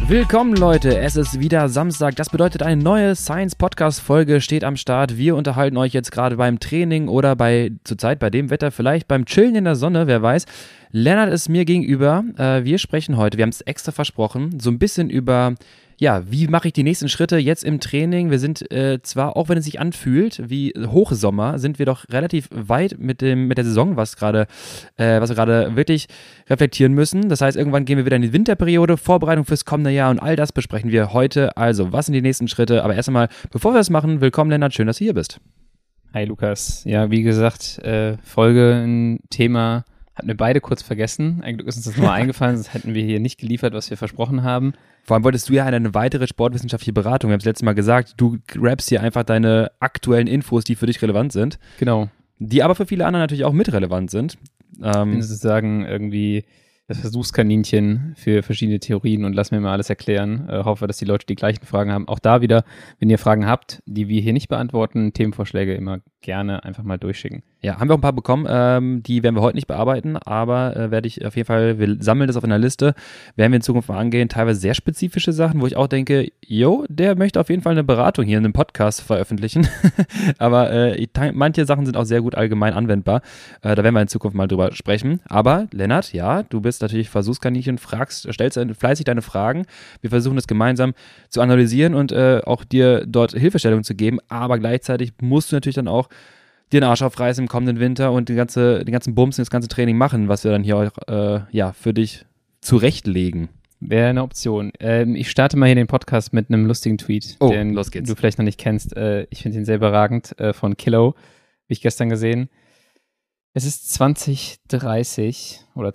Willkommen Leute, es ist wieder Samstag, das bedeutet eine neue Science-Podcast-Folge steht am Start. Wir unterhalten euch jetzt gerade beim Training oder zurzeit bei dem Wetter, vielleicht beim Chillen in der Sonne, wer weiß. Lennart ist mir gegenüber, wir sprechen heute, wir haben es extra versprochen, so ein bisschen über, ja, wie mache ich die nächsten Schritte jetzt im Training. Wir sind zwar, auch wenn es sich anfühlt wie Hochsommer, sind wir doch relativ weit mit der Saison, was wir gerade wirklich reflektieren müssen. Das heißt, irgendwann gehen wir wieder in die Winterperiode, Vorbereitung fürs kommende Jahr und all das besprechen wir heute. Also, was sind die nächsten Schritte? Aber erst einmal, bevor wir das machen, willkommen Lennart, schön, dass du hier bist. Hi Lukas. Ja, wie gesagt, Folge, ein Thema, hatten wir beide kurz vergessen. Eigentlich ist uns das nur eingefallen, sonst hätten wir hier nicht geliefert, was wir versprochen haben. Vor allem wolltest du ja eine weitere sportwissenschaftliche Beratung. Wir haben es letztes Mal gesagt, du grabbst hier einfach deine aktuellen Infos, die für dich relevant sind. Genau. Die aber für viele andere natürlich auch mit relevant sind. Ich bin sozusagen irgendwie das Versuchskaninchen für verschiedene Theorien und lass mir mal alles erklären. Hoffe, dass die Leute die gleichen Fragen haben. Auch da wieder, wenn ihr Fragen habt, die wir hier nicht beantworten, Themenvorschläge immer gerne einfach mal durchschicken. Ja, haben wir auch ein paar bekommen, die werden wir heute nicht bearbeiten, aber werde ich auf jeden Fall, wir sammeln das auf einer Liste, werden wir in Zukunft mal angehen, teilweise sehr spezifische Sachen, wo ich auch denke, der möchte auf jeden Fall eine Beratung hier in einem Podcast veröffentlichen, aber manche Sachen sind auch sehr gut allgemein anwendbar, da werden wir in Zukunft mal drüber sprechen, aber Lennart, ja, du bist natürlich Versuchskaninchen, stellst fleißig deine Fragen, wir versuchen das gemeinsam zu analysieren und auch dir dort Hilfestellung zu geben, aber gleichzeitig musst du natürlich dann auch dir den Arsch aufreißen im kommenden Winter und den ganzen Bums und das ganze Training machen, was wir dann hier auch für dich zurechtlegen. Wäre eine Option. Ich starte mal hier den Podcast mit einem lustigen Tweet, den los geht's. Du vielleicht noch nicht kennst. Ich finde ihn sehr überragend, von Killow, habe ich gestern gesehen. Es ist 2030 oder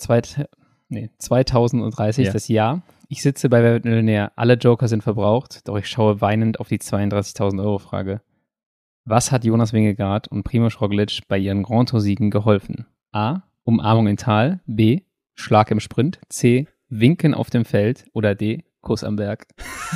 2030, das Jahr. Ich sitze bei Wer wird Millionär, alle Joker sind verbraucht, doch ich schaue weinend auf die 32.000 Euro Frage. Was hat Jonas Vingegaard und Primož Roglič bei ihren Grand Tour-Siegen geholfen? A. Umarmung in Tal. B. Schlag im Sprint. C. Winken auf dem Feld. Oder D. Kuss am Berg.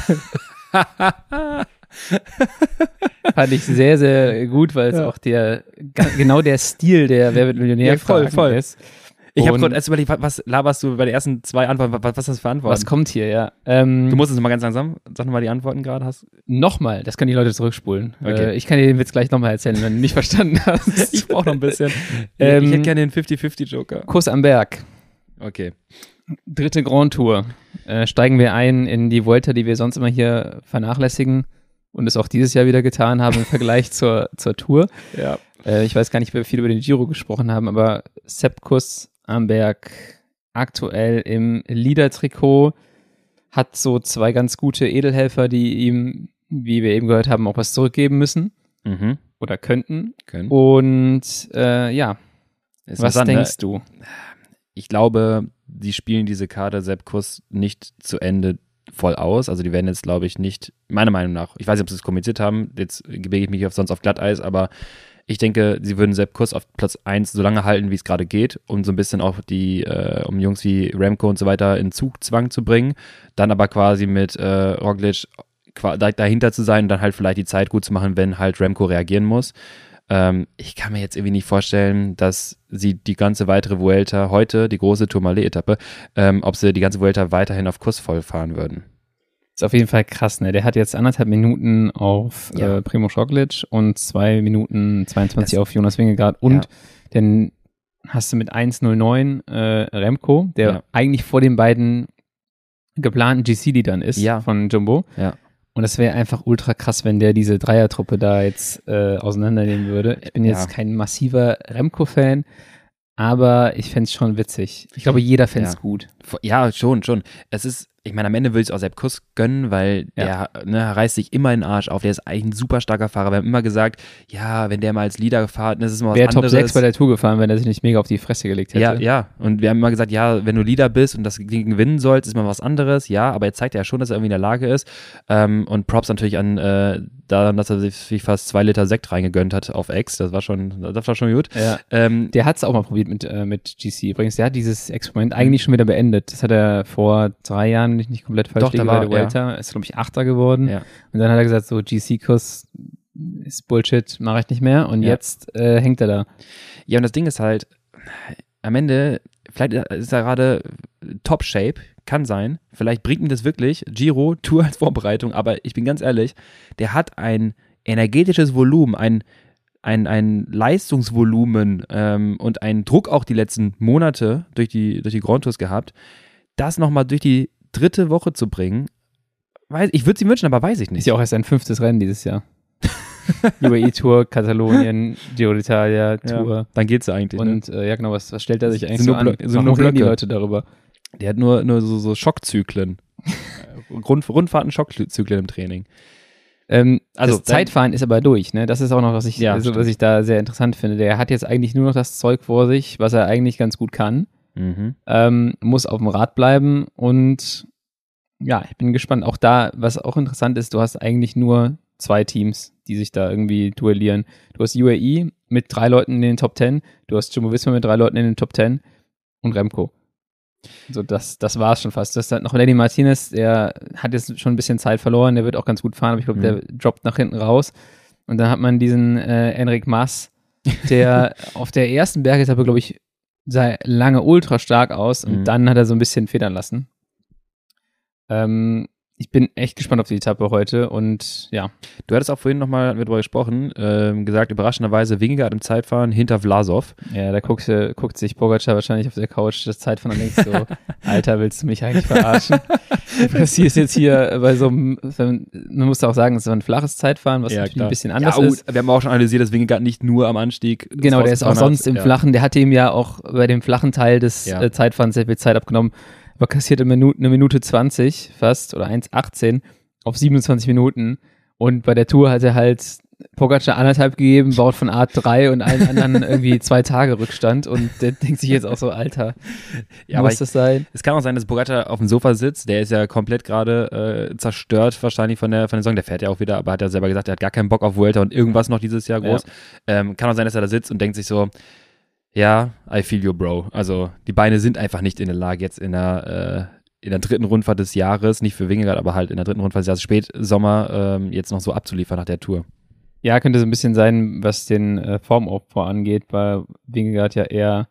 Fand ich sehr, sehr gut, weil es auch genau der Stil der Wer wird Millionär voll ist. Ich habe gerade erst überlegt, was laberst du bei den ersten zwei Antworten, was ist das für Antworten? Was kommt hier, ja. Du musst es nochmal ganz langsam, sag nochmal die Antworten gerade hast. Nochmal, das können die Leute zurückspulen. Okay. Ich kann dir den Witz gleich nochmal erzählen, wenn du nicht verstanden hast. Ich brauche noch ein bisschen. Ich hätte gerne den 50-50-Joker. Kuss am Berg. Okay. Dritte Grand Tour. Steigen wir ein in die Vuelta, die wir sonst immer hier vernachlässigen und es auch dieses Jahr wieder getan haben im Vergleich zur Tour. Ja. Ich weiß gar nicht, wie wir viel über den Giro gesprochen haben, aber Sepp Kuss am Berg aktuell im Leader-Trikot, hat so zwei ganz gute Edelhelfer, die ihm, wie wir eben gehört haben, auch was zurückgeben müssen oder könnten. Und was denkst du? Ich glaube, die spielen diese Karte Sepp Kuss nicht zu Ende voll aus. Also die werden jetzt, glaube ich, nicht, meiner Meinung nach, ich weiß nicht, ob sie es kommuniziert haben, jetzt bewege ich mich sonst auf Glatteis, aber ich denke, sie würden Sepp Kuss auf Platz 1 so lange halten, wie es gerade geht, um so ein bisschen auch um Jungs wie Remco und so weiter in Zugzwang zu bringen. Dann aber quasi mit Roglič dahinter zu sein und dann halt vielleicht die Zeit gut zu machen, wenn halt Remco reagieren muss. Ich kann mir jetzt irgendwie nicht vorstellen, dass sie die ganze weitere Vuelta heute, die große Tourmalet-Etappe, ob sie die ganze Vuelta weiterhin auf Kuss voll fahren würden. Ist auf jeden Fall krass, ne? Der hat jetzt 1,5 Minuten auf Primož Roglič und 2 Minuten 22 auf Jonas Vingegaard und dann hast du mit 1,09 Remco, der eigentlich vor den beiden geplanten GC-Leadern ist von Jumbo. Ja. Und das wäre einfach ultra krass, wenn der diese Dreiertruppe da jetzt auseinandernehmen würde. Ich bin jetzt kein massiver Remco-Fan, aber ich fände es schon witzig. Ich glaube, jeder fände es gut. Ja, schon. Es ist, ich meine, am Ende will ich es auch Sepp Kuss gönnen, weil der reißt sich immer in den Arsch auf. Der ist eigentlich ein super starker Fahrer. Wir haben immer gesagt, ja, wenn der mal als Leader gefahren ist, ist immer was anderes. Wäre Top 6 bei der Tour gefahren, wenn er sich nicht mega auf die Fresse gelegt hätte. Ja. Und wir haben immer gesagt, ja, wenn du Leader bist und das Ding gewinnen sollst, ist mal was anderes. Ja, aber jetzt zeigt er ja schon, dass er irgendwie in der Lage ist. Und Props natürlich an daran, dass er sich fast 2 Liter Sekt reingegönnt hat auf X. Das war schon gut. Ja. Der hat es auch mal probiert mit GC. Übrigens, der hat dieses Experiment eigentlich schon wieder beendet. Das hat er vor 3 Jahren nicht komplett falsch liege bei der Vuelta. Ist, glaube ich, 8. geworden. Ja. Und dann hat er gesagt, so GC-Kurs ist Bullshit, mache ich nicht mehr. Und jetzt hängt er da. Ja, und das Ding ist halt, am Ende vielleicht ist er gerade Top-Shape, kann sein. Vielleicht bringt ihm das wirklich, Giro, Tour als Vorbereitung, aber ich bin ganz ehrlich, der hat ein energetisches Volumen, ein Leistungsvolumen und einen Druck auch die letzten Monate durch die Grand Tours gehabt, das nochmal durch die 3. Woche zu bringen, ich würde es ihm wünschen, aber weiß ich nicht. Ist ja auch erst sein 5. Rennen dieses Jahr. UAE Tour, Katalonien, Giro d'Italia Tour. Ja, dann geht's ja eigentlich. Und ja genau, was stellt er sich eigentlich sind so nur an? sind nur Warum reden die Blöcke. Leute darüber? Der hat nur so Schockzyklen. Rundfahrten-Schockzyklen im Training. Das Zeitfahren ist aber durch, ne? Das ist auch noch, was ich da sehr interessant finde. Der hat jetzt eigentlich nur noch das Zeug vor sich, was er eigentlich ganz gut kann. Muss auf dem Rad bleiben und ja, ich bin gespannt. Auch da, was auch interessant ist, du hast eigentlich nur 2 Teams, die sich da irgendwie duellieren. Du hast UAE mit 3 Leuten in den Top 10, du hast Jumbo-Visma mit 3 Leuten in den Top 10 und Remco. So, das war es schon fast. Das hat noch Lenny Martinez, der hat jetzt schon ein bisschen Zeit verloren, der wird auch ganz gut fahren, aber ich glaube, der droppt nach hinten raus. Und dann hat man diesen Enric Mas, der auf der ersten Bergetappe, glaube ich, sah lange ultra stark aus und dann hat er so ein bisschen federn lassen. Ich bin echt gespannt auf die Etappe heute und ja. Du hattest auch vorhin nochmal darüber gesprochen, gesagt, überraschenderweise Vingegaard im Zeitfahren hinter Vlasov. Ja, da guckt sich Pogacar wahrscheinlich auf der Couch das Zeitfahren und denkt so, Alter, willst du mich eigentlich verarschen? Das ist jetzt hier bei so einem, man muss auch sagen, es ist ein flaches Zeitfahren, was natürlich ein bisschen anders ist. Wir haben auch schon analysiert, dass Vingegaard nicht nur am Anstieg genau, der ist auch sonst im Flachen, der hatte ihm ja auch bei dem flachen Teil des Zeitfahrens sehr viel Zeit abgenommen. Aber kassiert eine Minute 20 fast oder 1,18 auf 27 Minuten und bei der Tour hat er halt Pogacar 1,5 gegeben, baut von Art 3 und allen anderen irgendwie 2 Tage Rückstand und der denkt sich jetzt auch so, Alter, muss das sein? Es kann auch sein, dass Pogacar auf dem Sofa sitzt, der ist ja komplett gerade zerstört wahrscheinlich von der Saison, der fährt ja auch wieder, aber hat ja selber gesagt, er hat gar keinen Bock auf Vuelta und irgendwas noch dieses Jahr groß. Kann auch sein, dass er da sitzt und denkt sich so, ja, I feel you, Bro. Also die Beine sind einfach nicht in der Lage, jetzt in der 3. Rundfahrt des Jahres, nicht für Vingegaard, aber halt in der 3. Rundfahrt des Jahres, Spätsommer, jetzt noch so abzuliefern nach der Tour. Ja, könnte so ein bisschen sein, was den Formaufbau angeht, weil Vingegaard ja eher,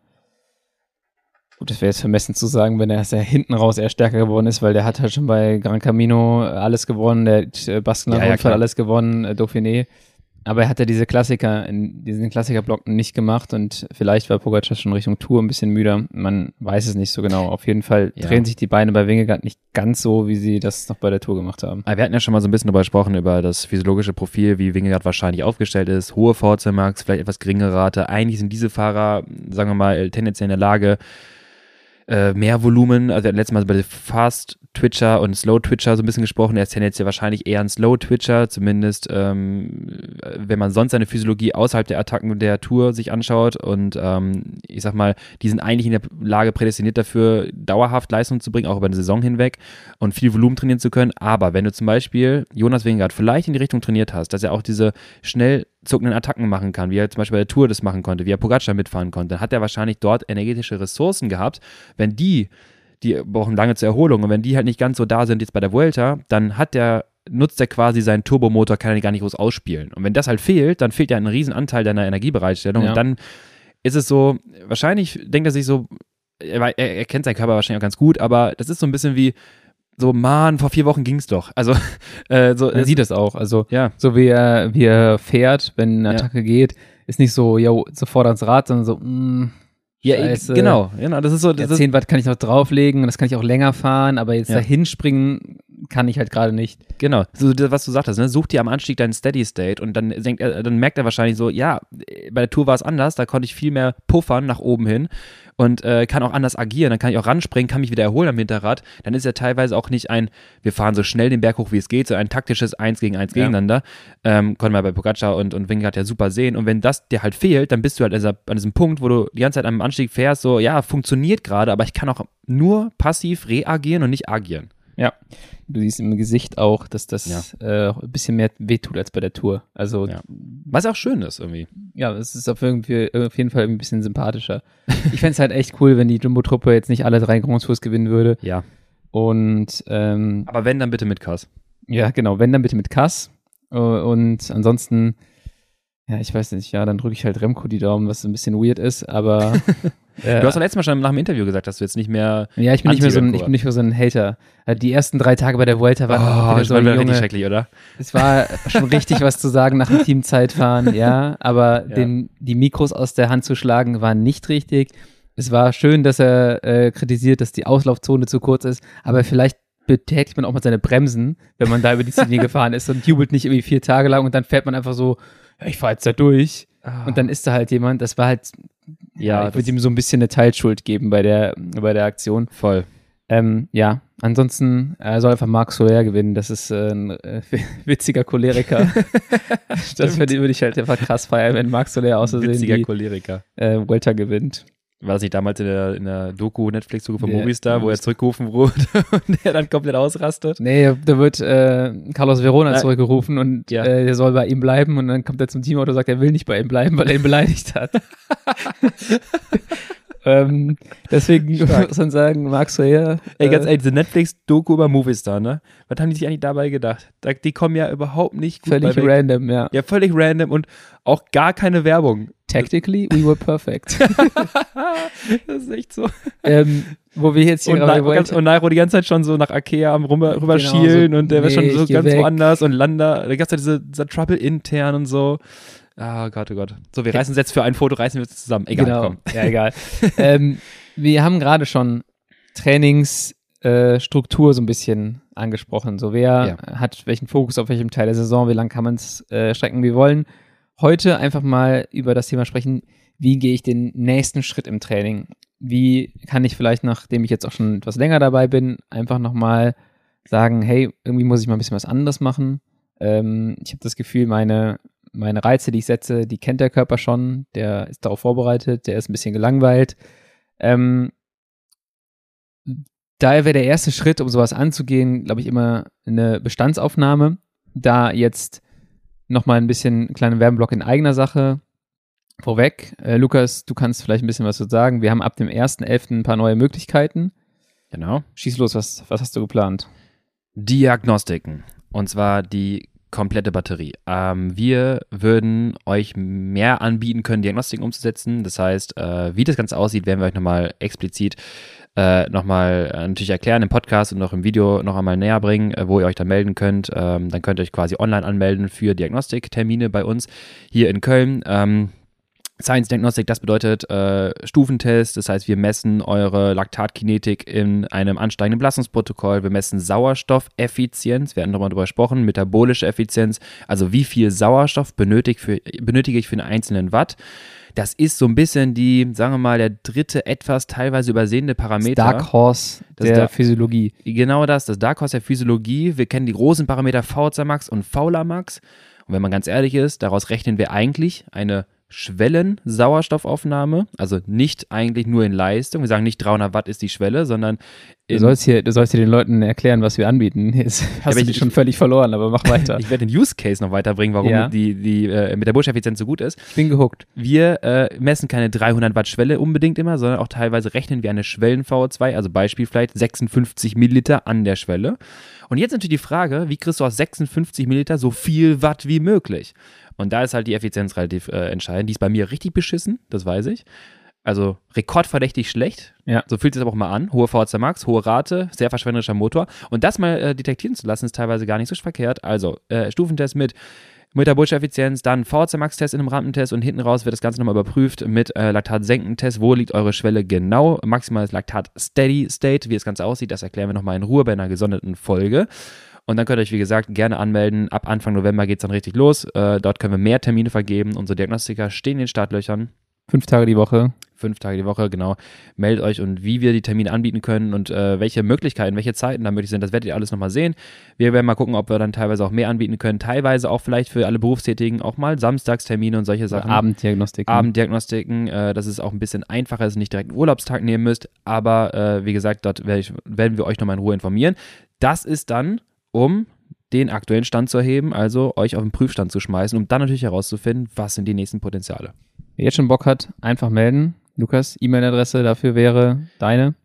gut, das wäre jetzt vermessen zu sagen, wenn er hinten raus eher stärker geworden ist, weil der hat halt schon bei Gran Camino alles gewonnen, der hat Baskenland-Rundfahrt alles gewonnen, Dauphiné. Aber er hat ja diesen Klassikerblock nicht gemacht und vielleicht war Pogacar schon Richtung Tour ein bisschen müder. Man weiß es nicht so genau. Auf jeden Fall drehen sich die Beine bei Vingegaard nicht ganz so, wie sie das noch bei der Tour gemacht haben. Aber wir hatten ja schon mal so ein bisschen darüber gesprochen, über das physiologische Profil, wie Vingegaard wahrscheinlich aufgestellt ist. Hohe VZ-Max, vielleicht etwas geringere Rate. Eigentlich sind diese Fahrer, sagen wir mal, tendenziell in der Lage, mehr Volumen, also wir hatten letztes Mal bei den Fast-Twitcher und Slow-Twitcher so ein bisschen gesprochen, er ist tendenziell wahrscheinlich eher ein Slow-Twitcher, zumindest wenn man sonst seine Physiologie außerhalb der Attacken der Tour sich anschaut und ich sag mal, die sind eigentlich in der Lage prädestiniert dafür, dauerhaft Leistung zu bringen, auch über eine Saison hinweg und viel Volumen trainieren zu können, aber wenn du zum Beispiel Jonas Vingegaard vielleicht in die Richtung trainiert hast, dass er auch diese schnell zuckenden Attacken machen kann, wie er zum Beispiel bei der Tour das machen konnte, wie er Pogacar mitfahren konnte, dann hat er wahrscheinlich dort energetische Ressourcen gehabt. Wenn die brauchen lange zur Erholung und wenn die halt nicht ganz so da sind jetzt bei der Vuelta, dann nutzt er quasi seinen Turbomotor, kann er gar nicht groß ausspielen. Und wenn das halt fehlt, dann fehlt ja ein riesen Anteil deiner Energiebereitstellung und dann ist es so, wahrscheinlich denkt er sich so, er kennt seinen Körper wahrscheinlich auch ganz gut, aber das ist so ein bisschen wie so, Mann, vor 4 Wochen ging's doch. Also, man sieht das auch. Also, so wie er fährt, wenn eine Attacke geht, ist nicht so, sofort ans Rad, sondern so, Scheiße. Genau, das ist so. 10 Watt kann ich noch drauflegen und das kann ich auch länger fahren, aber jetzt dahin springen kann ich halt gerade nicht. Genau, so, was du sagtest, ne? Such dir am Anstieg deinen Steady State und dann merkt er wahrscheinlich so, ja, bei der Tour war es anders, da konnte ich viel mehr puffern nach oben hin und kann auch anders agieren, dann kann ich auch ranspringen, kann mich wieder erholen am Hinterrad, dann ist ja teilweise auch nicht wir fahren so schnell den Berg hoch, wie es geht, so ein taktisches 1 gegen 1 gegeneinander, konnten wir bei Pogacar und Vingegaard ja super sehen und wenn das dir halt fehlt, dann bist du halt an diesem Punkt, wo du die ganze Zeit am Anstieg fährst, so, ja, funktioniert gerade, aber ich kann auch nur passiv reagieren und nicht agieren. Ja, du siehst im Gesicht auch, dass das ein bisschen mehr wehtut als bei der Tour. Also, was auch schön ist irgendwie. Ja, es ist auf jeden Fall ein bisschen sympathischer. Ich fände es halt echt cool, wenn die Jumbo-Truppe jetzt nicht alle 3 Grand Tours gewinnen würde. Ja. Und aber wenn, dann bitte mit Kass. Ja, genau, wenn, dann bitte mit Kass. Und ansonsten Ja, ich weiß nicht, ja, dann drücke ich halt Remco die Daumen, was ein bisschen weird ist, aber Du hast doch letztes Mal schon nach dem Interview gesagt, dass du jetzt nicht mehr ja, ich bin nicht mehr Anti-Remco so ein Hater. Die ersten 3 Tage bei der Vuelta waren auch wieder das so, war wieder Junge, richtig schrecklich, oder? es war schon richtig, was zu sagen nach dem Teamzeitfahren, ja, aber die Mikros aus der Hand zu schlagen, war nicht richtig. Es war schön, dass er kritisiert, dass die Auslaufzone zu kurz ist, aber vielleicht betätigt man auch mal seine Bremsen, wenn man da über die Ziellinie gefahren ist und jubelt nicht irgendwie 4 Tage lang und dann fährt man einfach so, ja, ich fahre jetzt da durch. Und dann ist da halt jemand, das war halt, ich würde ihm so ein bisschen eine Teilschuld geben bei der Aktion. Voll. Ja, ansonsten soll einfach Marc Soler gewinnen, das ist ein witziger Choleriker. Das würde ich halt einfach krass feiern, wenn Marc Soler außersehen Witziger Choleriker. Vuelta gewinnt. War das nicht damals in der Doku, Netflix-Doku von Movistar, wo er zurückgerufen wurde und er dann komplett ausrastet? Nee, da wird Carlos Verona zurückgerufen und der soll bei ihm bleiben und dann kommt er zum Teamauto und sagt, er will nicht bei ihm bleiben, weil er ihn beleidigt hat. Deswegen muss man sagen, Marc Soler. Ey, ganz ehrlich, diese Netflix-Doku über Movistar, ne? Was haben die sich eigentlich dabei gedacht? Die kommen ja überhaupt nicht gut völlig random, ja. Ja, völlig random und auch gar keine Werbung. Tactically, we were perfect. Das ist echt so. Wo wir jetzt hier und Nairo die ganze Zeit schon so nach Akea am rüber schielen und der war schon so ganz woanders und Landa, da gab es ja dieser Trouble intern und so. Ah, Gott, oh Gott. So, wir reißen uns jetzt für ein Foto, reißen wir uns zusammen. Egal, komm. Ja, egal. Wir haben gerade schon Trainingsstruktur so ein bisschen angesprochen. So, wer hat welchen Fokus auf welchem Teil der Saison, wie lang kann man es strecken, wie wollen. Heute einfach mal über das Thema sprechen, wie gehe ich den nächsten Schritt im Training? Wie kann ich vielleicht, nachdem ich jetzt auch schon etwas länger dabei bin, einfach nochmal sagen, hey, irgendwie muss ich mal ein bisschen was anderes machen. Ich habe das Gefühl, meine Reize, die ich setze, die kennt der Körper schon, der ist darauf vorbereitet, der ist ein bisschen gelangweilt. Daher wäre der erste Schritt, um sowas anzugehen, glaube ich, immer eine Bestandsaufnahme. Da jetzt nochmal ein bisschen einen kleinen Werbeblock in eigener Sache vorweg. Lukas, du kannst vielleicht ein bisschen was dazu sagen. Wir haben ab dem 1.11. ein paar neue Möglichkeiten. Genau. Schieß los, was hast du geplant? Diagnostiken. Und zwar die komplette Batterie. Wir würden euch mehr anbieten können, Diagnostiken umzusetzen. Das heißt, wie das Ganze aussieht, werden wir euch nochmal explizit nochmal natürlich erklären im Podcast und noch im Video noch einmal näher bringen, wo ihr euch dann melden könnt. Dann könnt ihr euch quasi online anmelden für Diagnostiktermine bei uns hier in Köln. Science Diagnostic, das bedeutet Stufentest, das heißt, wir messen eure Laktatkinetik in einem ansteigenden Belastungsprotokoll, wir messen Sauerstoffeffizienz, wir hatten nochmal darüber gesprochen, metabolische Effizienz, also wie viel Sauerstoff benötige ich für einen einzelnen Watt. Das ist so ein bisschen die, sagen wir mal, der dritte, etwas teilweise übersehene Parameter. Das Dark Horse der Physiologie. Genau das Dark Horse der Physiologie. Wir kennen die großen Parameter VO2 Max und Fowler Max. Und wenn man ganz ehrlich ist, daraus rechnen wir eigentlich eine Schwellen-Sauerstoffaufnahme, also nicht eigentlich nur in Leistung. Wir sagen nicht 300 Watt ist die Schwelle, sondern du sollst hier den Leuten erklären, was wir anbieten. Jetzt hast du dich schon völlig verloren, aber mach weiter. Ich werde den Use Case noch weiterbringen, warum die metabolische Effizienz so gut ist. Ich bin gehuckt. Wir messen keine 300 Watt Schwelle unbedingt immer, sondern auch teilweise rechnen wir eine Schwellen-VO2, also Beispiel vielleicht 56 Milliliter an der Schwelle. Und jetzt natürlich die Frage, wie kriegst du aus 56 Milliliter so viel Watt wie möglich? Und da ist halt die Effizienz relativ entscheidend. Die ist bei mir richtig beschissen, das weiß ich. Also rekordverdächtig schlecht. Ja. So fühlt es aber auch mal an. Hohe VO2 Max, hohe Rate, sehr verschwenderischer Motor. Und das mal detektieren zu lassen, ist teilweise gar nicht so verkehrt. Also Stufentest mit metabolischer Effizienz, dann VO2 Max-Test in einem Rampentest und hinten raus wird das Ganze nochmal überprüft mit Laktatsenkentest. Wo liegt eure Schwelle genau? Maximales Laktat Steady State. Wie das Ganze aussieht, das erklären wir nochmal in Ruhe bei einer gesonderten Folge. Und dann könnt ihr euch, wie gesagt, gerne anmelden. Ab Anfang November geht es dann richtig los. Dort können wir mehr Termine vergeben. Unsere Diagnostiker stehen in den Startlöchern. 5 Tage die Woche. 5 Tage die Woche, genau. Meldet euch und wie wir die Termine anbieten können und welche Möglichkeiten, welche Zeiten da möglich sind, das werdet ihr alles nochmal sehen. Wir werden mal gucken, ob wir dann teilweise auch mehr anbieten können. Teilweise auch vielleicht für alle Berufstätigen auch mal Samstagstermine und solche Sachen. Abenddiagnostiken, dass es auch ein bisschen einfacher ist, nicht direkt einen Urlaubstag nehmen müsst. Aber wie gesagt, dort werden wir euch nochmal in Ruhe informieren. Das ist dann, um den aktuellen Stand zu erheben, also euch auf den Prüfstand zu schmeißen, um dann natürlich herauszufinden, was sind die nächsten Potenziale. Wer jetzt schon Bock hat, einfach melden. Lukas, E-Mail-Adresse dafür wäre deine?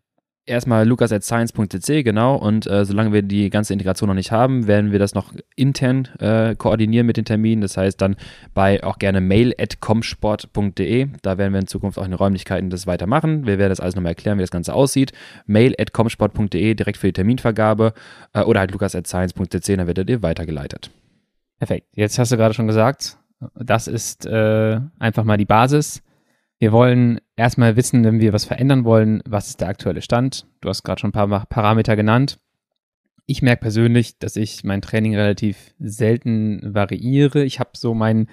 Erstmal lukas@science.cc, genau, und solange wir die ganze Integration noch nicht haben, werden wir das noch intern koordinieren mit den Terminen. Das heißt dann bei auch gerne mail@comsport.de, da werden wir in Zukunft auch in den Räumlichkeiten das weitermachen. Wir werden das alles nochmal erklären, wie das Ganze aussieht. Mail@comsport.de direkt für die Terminvergabe oder halt lukas@science.cc, dann werdet ihr weitergeleitet. Perfekt. Jetzt hast du gerade schon gesagt, das ist einfach mal die Basis. Wir wollen erstmal wissen, wenn wir was verändern wollen, was ist der aktuelle Stand? Du hast gerade schon ein paar Parameter genannt. Ich merke persönlich, dass ich mein Training relativ selten variiere. Ich habe so einen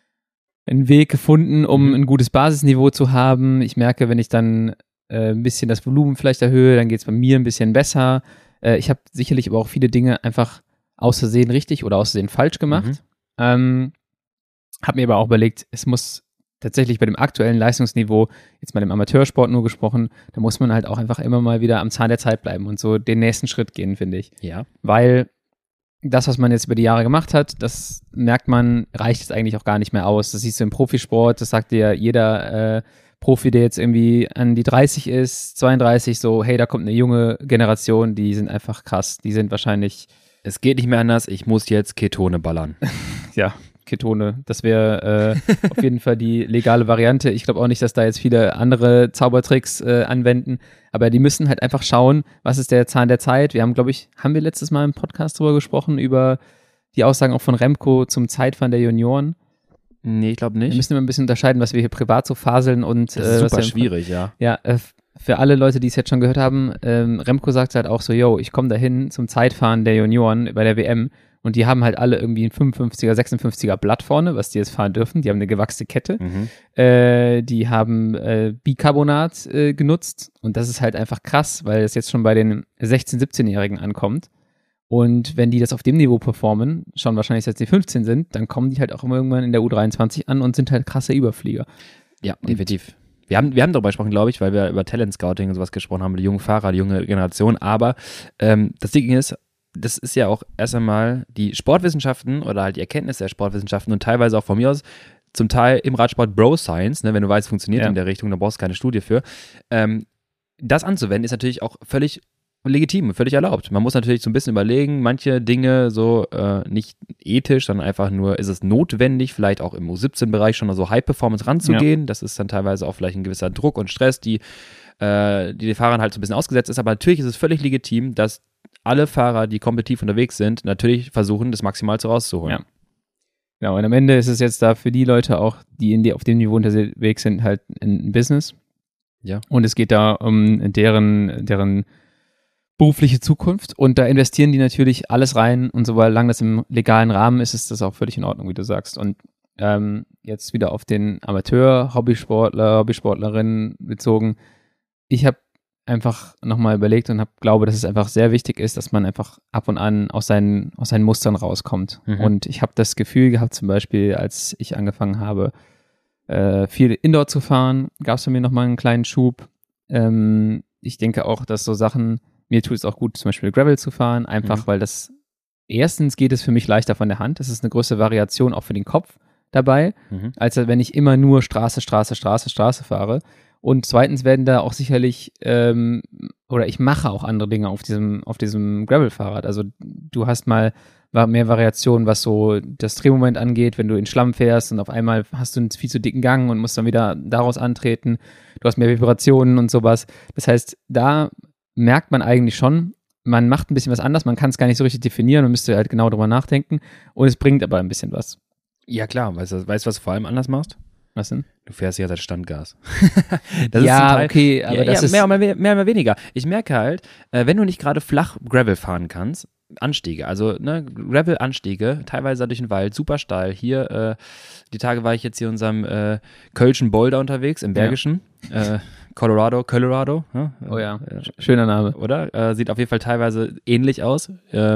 Weg gefunden, um ein gutes Basisniveau zu haben. Ich merke, wenn ich dann ein bisschen das Volumen vielleicht erhöhe, dann geht es bei mir ein bisschen besser. Ich habe sicherlich aber auch viele Dinge einfach aus Versehen richtig oder aus Versehen falsch gemacht. Habe mir aber auch überlegt, es muss tatsächlich bei dem aktuellen Leistungsniveau, jetzt mal dem Amateursport nur gesprochen, da muss man halt auch einfach immer mal wieder am Zahn der Zeit bleiben und so den nächsten Schritt gehen, finde ich. Ja. Weil das, was man jetzt über die Jahre gemacht hat, das merkt man, reicht jetzt eigentlich auch gar nicht mehr aus. Das siehst du im Profisport, das sagt dir jeder Profi, der jetzt irgendwie an die 30 ist, 32, so, hey, da kommt eine junge Generation, die sind einfach krass. Die sind wahrscheinlich... Es geht nicht mehr anders, ich muss jetzt Ketone ballern. Ja, Ketone. Das wäre auf jeden Fall die legale Variante. Ich glaube auch nicht, dass da jetzt viele andere Zaubertricks anwenden, aber die müssen halt einfach schauen, was ist der Zahn der Zeit. Wir haben, glaube ich, haben wir letztes Mal im Podcast drüber gesprochen, über die Aussagen auch von Remco zum Zeitfahren der Junioren? Nee, ich glaube nicht. Wir müssen immer ein bisschen unterscheiden, was wir hier privat so faseln und das ist super schwierig, ja. Ja, für alle Leute, die es jetzt schon gehört haben, Remco sagt halt auch so, yo, ich komme dahin zum Zeitfahren der Junioren bei der WM. Und die haben halt alle irgendwie ein 55er, 56er Blatt vorne, was die jetzt fahren dürfen. Die haben eine gewachste Kette. Die haben Bicarbonat genutzt. Und das ist halt einfach krass, weil es jetzt schon bei den 16-, 17-Jährigen ankommt. Und wenn die das auf dem Niveau performen, schon wahrscheinlich seit sie 15 sind, dann kommen die halt auch immer irgendwann in der U23 an und sind halt krasse Überflieger. Ja, definitiv. Wir haben darüber gesprochen, glaube ich, weil wir über Talent Scouting und sowas gesprochen haben, die jungen Fahrer, die junge Generation. Aber das Ding ist, das ist ja auch erst einmal die Sportwissenschaften oder halt die Erkenntnis der Sportwissenschaften und teilweise auch von mir aus zum Teil im Radsport Bro Science, ne, wenn du weißt, funktioniert in der Richtung, da brauchst du keine Studie für. Das anzuwenden ist natürlich auch völlig legitim, völlig erlaubt. Man muss natürlich so ein bisschen überlegen, manche Dinge so nicht ethisch, sondern einfach nur, ist es notwendig, vielleicht auch im U17-Bereich schon so High-Performance ranzugehen. Ja. Das ist dann teilweise auch vielleicht ein gewisser Druck und Stress, die den Fahrern halt so ein bisschen ausgesetzt ist. Aber natürlich ist es völlig legitim, dass alle Fahrer, die kompetitiv unterwegs sind, natürlich versuchen, das maximal rauszuholen. Ja. Genau, und am Ende ist es jetzt da für die Leute auch, die auf dem Niveau unterwegs sind, halt ein Business. Ja. Und es geht da um deren berufliche Zukunft. Und da investieren die natürlich alles rein. Und solange das im legalen Rahmen ist, ist das auch völlig in Ordnung, wie du sagst. Und jetzt wieder auf den Amateur, Hobbysportlerinnen bezogen. Ich habe einfach nochmal überlegt und glaube, dass es einfach sehr wichtig ist, dass man einfach ab und an aus seinen Mustern rauskommt. Und ich habe das Gefühl gehabt, zum Beispiel, als ich angefangen habe, viel Indoor zu fahren, gab es für mich nochmal einen kleinen Schub. Ich denke auch, dass so Sachen, mir tut es auch gut, zum Beispiel Gravel zu fahren, einfach weil das, erstens geht es für mich leichter von der Hand, es ist eine größere Variation auch für den Kopf dabei, als wenn ich immer nur Straße fahre. Und zweitens werden da auch sicherlich, oder ich mache auch andere Dinge auf diesem Gravel-Fahrrad. Also du hast mal mehr Variationen, was so das Drehmoment angeht, wenn du in Schlamm fährst und auf einmal hast du einen viel zu dicken Gang und musst dann wieder daraus antreten. Du hast mehr Vibrationen und sowas. Das heißt, da merkt man eigentlich schon, man macht ein bisschen was anders, man kann es gar nicht so richtig definieren, man müsste halt genau drüber nachdenken und es bringt aber ein bisschen was. Ja klar, weißt du, was du vor allem anders machst? Was denn? Du fährst ja seit Standgas. Das ja, ist Teil, okay, aber das ist... Mehr oder weniger. Ich merke halt, wenn du nicht gerade flach Gravel fahren kannst, Anstiege, also ne, Gravel-Anstiege, teilweise durch den Wald, super steil. Hier, die Tage war ich jetzt hier in unserem Kölschen Boulder unterwegs, im Bergischen. Ja. Colorado. Ja? Oh ja, schöner Name. Oder? Sieht auf jeden Fall teilweise ähnlich aus.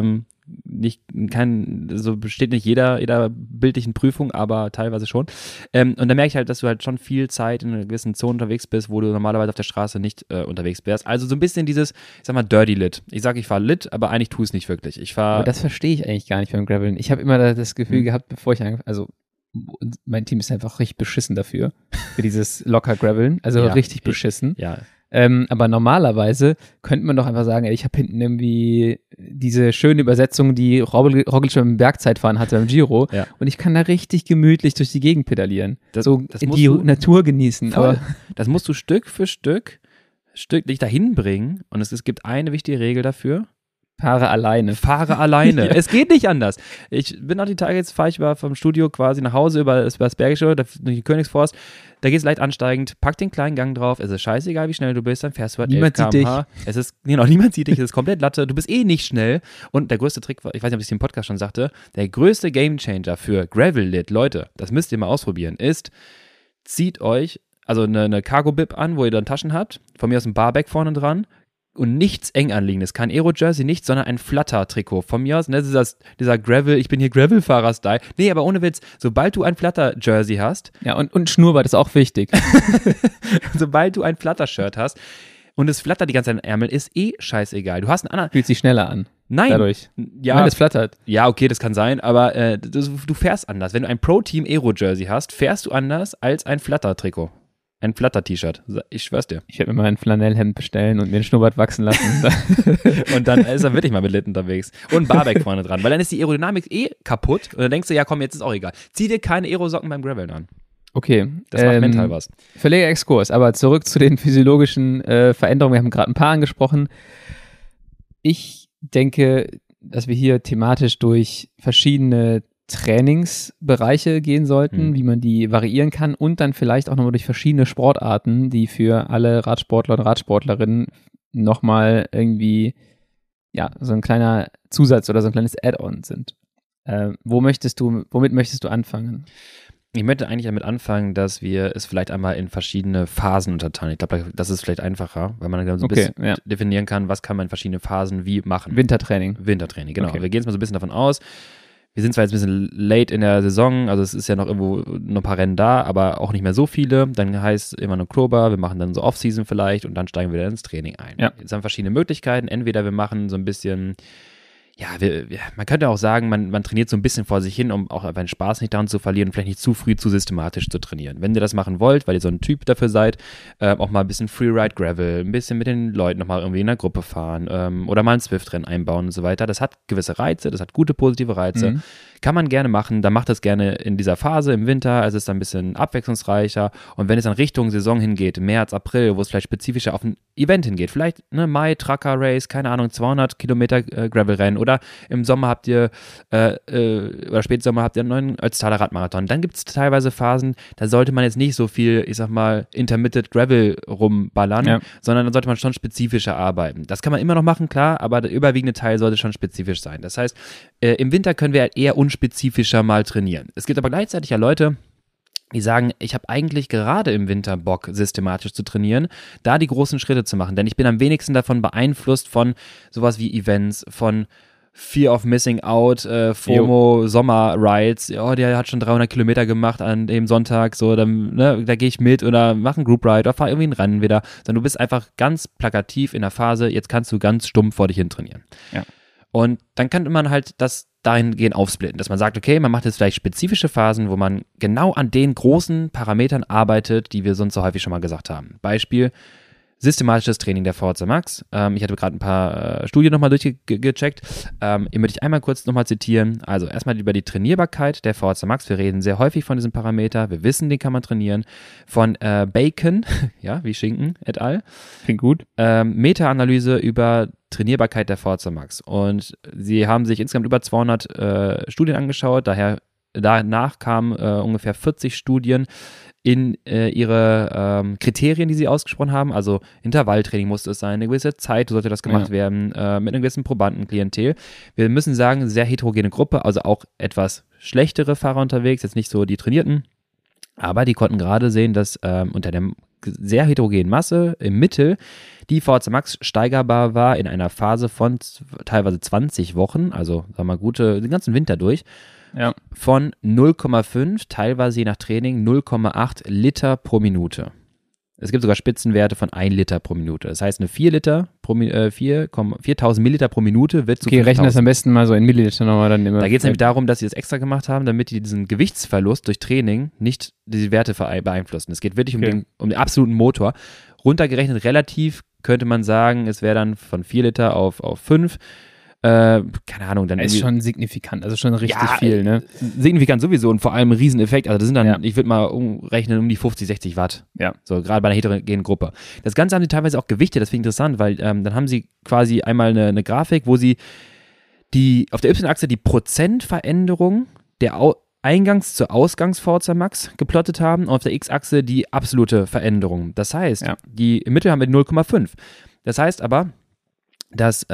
Besteht nicht jeder bildlichen Prüfung, aber teilweise schon. Und da merke ich halt, dass du halt schon viel Zeit in einer gewissen Zone unterwegs bist, wo du normalerweise auf der Straße nicht unterwegs wärst. Also so ein bisschen dieses, ich sag mal, Dirty Lit. Ich sag, ich fahre Lit, aber eigentlich tue es nicht wirklich. Aber das verstehe ich eigentlich gar nicht beim Graveln. Ich habe immer das Gefühl gehabt, bevor ich mein Team ist einfach richtig beschissen dafür, für dieses locker Graveln, also richtig beschissen. Ja. Aber normalerweise könnte man doch einfach sagen, ey, ich habe hinten irgendwie diese schöne Übersetzung, die Roglic beim Bergzeitfahren hatte beim Giro und ich kann da richtig gemütlich durch die Gegend pedalieren. Das die Natur genießen. Aber das musst du Stück für Stück dich dahin bringen und es gibt eine wichtige Regel dafür. Fahre alleine. Ja. Es geht nicht anders. Ich bin auch die Tage, jetzt fahre ich vom Studio quasi nach Hause über das Bergische, durch die Königsforst. Da geht es leicht ansteigend, pack den kleinen Gang drauf, es ist scheißegal, wie schnell du bist, dann fährst du halt niemand 11 km/h. Niemand sieht dich, es ist komplett Latte, du bist eh nicht schnell. Und der größte Trick, ich weiß nicht, ob ich es im Podcast schon sagte, der größte Gamechanger für Gravel-Lit, Leute, das müsst ihr mal ausprobieren, ist, zieht euch also eine Cargo-Bib an, wo ihr dann Taschen habt, von mir aus ein Barback vorne dran, und nichts eng anliegendes, kein Aero-Jersey, nichts, sondern ein Flutter-Trikot. Von mir aus, ne, dieser Gravel, ich bin hier Gravel-Fahrer-Style. Nee, aber ohne Witz, sobald du ein Flutter-Jersey hast. Ja, und Schnurrbart ist auch wichtig. Sobald du ein Flutter-Shirt hast und es flattert die ganze Zeit in den Ärmel, ist eh scheißegal. Du hast einen anderen. Fühlt sich schneller an. Nein. Dadurch. Ja. Weil es flattert. Ja, okay, das kann sein, aber du fährst anders. Wenn du ein Pro-Team Aero-Jersey hast, fährst du anders als ein Flutter-Trikot. Ein Flutter-T-Shirt, ich schwör's dir. Ich werde mir mal ein Flanellhemd bestellen und mir den Schnurrbart wachsen lassen. Und dann ist er wirklich mal mit Litten unterwegs. Und ein Barback vorne dran, weil dann ist die Aerodynamik eh kaputt und dann denkst du, ja komm, jetzt ist auch egal. Zieh dir keine Aerosocken beim Graveln an. Okay. Das macht mental was. Völliger Exkurs, aber zurück zu den physiologischen Veränderungen. Wir haben gerade ein paar angesprochen. Ich denke, dass wir hier thematisch durch verschiedene Trainingsbereiche gehen sollten, wie man die variieren kann und dann vielleicht auch nochmal durch verschiedene Sportarten, die für alle Radsportler und Radsportlerinnen nochmal irgendwie, ja, so ein kleiner Zusatz oder so ein kleines Add-on sind. Womit möchtest du anfangen? Ich möchte eigentlich damit anfangen, dass wir es vielleicht einmal in verschiedene Phasen unterteilen. Ich glaube, das ist vielleicht einfacher, weil man dann so ein bisschen definieren kann, was kann man in verschiedene Phasen wie machen. Wintertraining, genau. Okay. Wir gehen jetzt mal so ein bisschen davon aus. Wir sind zwar jetzt ein bisschen late in der Saison, also es ist ja noch irgendwo noch ein paar Rennen da, aber auch nicht mehr so viele. Dann heißt immer nur Oktober, wir machen dann so Off-Season vielleicht und dann steigen wir wieder ins Training ein. Ja. Jetzt haben wir verschiedene Möglichkeiten. Entweder wir machen so ein bisschen, ja, man könnte auch sagen, man trainiert so ein bisschen vor sich hin, um auch einfach den Spaß nicht daran zu verlieren und vielleicht nicht zu früh zu systematisch zu trainieren. Wenn ihr das machen wollt, weil ihr so ein Typ dafür seid, auch mal ein bisschen Freeride Gravel, ein bisschen mit den Leuten nochmal irgendwie in der Gruppe fahren oder mal ein Swift-Rennen einbauen und so weiter. Das hat gewisse Reize, das hat gute positive Reize. Kann man gerne machen, dann macht das gerne in dieser Phase im Winter, es ist dann ein bisschen abwechslungsreicher und wenn es dann Richtung Saison hingeht, März, April, wo es vielleicht spezifischer auf ein Event hingeht, vielleicht Mai, Trucker Race, keine Ahnung, 200 Kilometer Gravel-Rennen oder im Sommer habt ihr oder Spätsommer habt ihr einen neuen Ötztaler Radmarathon. Dann gibt es teilweise Phasen, da sollte man jetzt nicht so viel, ich sag mal, Intermittent Gravel rumballern, sondern dann sollte man schon spezifischer arbeiten. Das kann man immer noch machen, klar, aber der überwiegende Teil sollte schon spezifisch sein. Das heißt, im Winter können wir halt eher unspezifischer mal trainieren. Es gibt aber gleichzeitig ja Leute, die sagen, ich habe eigentlich gerade im Winter Bock, systematisch zu trainieren, da die großen Schritte zu machen, denn ich bin am wenigsten davon beeinflusst von sowas wie Events, von Fear of Missing Out, FOMO, Sommer-Rides, der hat schon 300 Kilometer gemacht an dem Sonntag, so, dann, da gehe ich mit oder mache einen Group Ride oder fahre irgendwie ein Rennen wieder, sondern du bist einfach ganz plakativ in der Phase, jetzt kannst du ganz stumpf vor dich hin trainieren. Ja. Und dann kann man halt das dahingehend aufsplitten, dass man sagt, okay, man macht jetzt vielleicht spezifische Phasen, wo man genau an den großen Parametern arbeitet, die wir sonst so häufig schon mal gesagt haben. Beispiel, systematisches Training der VHC Max. Ich hatte gerade ein paar Studien nochmal durchgecheckt. Hier möchte ich einmal kurz nochmal zitieren. Also erstmal über die Trainierbarkeit der VHC Max. Wir reden sehr häufig von diesem Parameter. Wir wissen, den kann man trainieren. Von Bacon, ja, wie Schinken et al. Klingt gut. Meta-Analyse über Trainierbarkeit der VHC Max. Und sie haben sich insgesamt über 200 Studien angeschaut. Danach kamen ungefähr 40 Studien in ihre Kriterien, die sie ausgesprochen haben, also Intervalltraining musste es sein, eine gewisse Zeit sollte das gemacht werden, mit einem gewissen Probandenklientel. Wir müssen sagen, sehr heterogene Gruppe, also auch etwas schlechtere Fahrer unterwegs, jetzt nicht so die Trainierten, aber die konnten gerade sehen, dass unter der sehr heterogenen Masse im Mittel die VHC Max steigerbar war in einer Phase von teilweise 20 Wochen, also sagen wir mal den ganzen Winter durch, von 0,5, teilweise je nach Training 0,8 Liter pro Minute. Es gibt sogar Spitzenwerte von 1 Liter pro Minute. Das heißt, eine 4.000 Milliliter pro Minute wird zu 5.000. Okay, rechnen das am besten mal so in Milliliter nochmal dann immer. Da geht es nämlich darum, dass sie das extra gemacht haben, damit die diesen Gewichtsverlust durch Training nicht die Werte beeinflussen. Es geht wirklich um den absoluten Motor. runtergerechnet relativ könnte man sagen, es wäre dann von 4 Liter auf 5. Keine Ahnung. Dann ist schon signifikant, also schon richtig viel, ne? Signifikant sowieso und vor allem ein Rieseneffekt. Also das sind dann, ich würde mal umrechnen, um die 50, 60 Watt. Ja. So, gerade bei einer heterogenen Gruppe. Das Ganze haben sie teilweise auch gewichtet, das finde ich interessant, weil dann haben sie quasi einmal eine Grafik, wo sie auf der Y-Achse die Prozentveränderung der Eingangs- zur Ausgangs-VHC Max geplottet haben und auf der X-Achse die absolute Veränderung. Das heißt, im Mittel haben wir 0,5. Das heißt aber, dass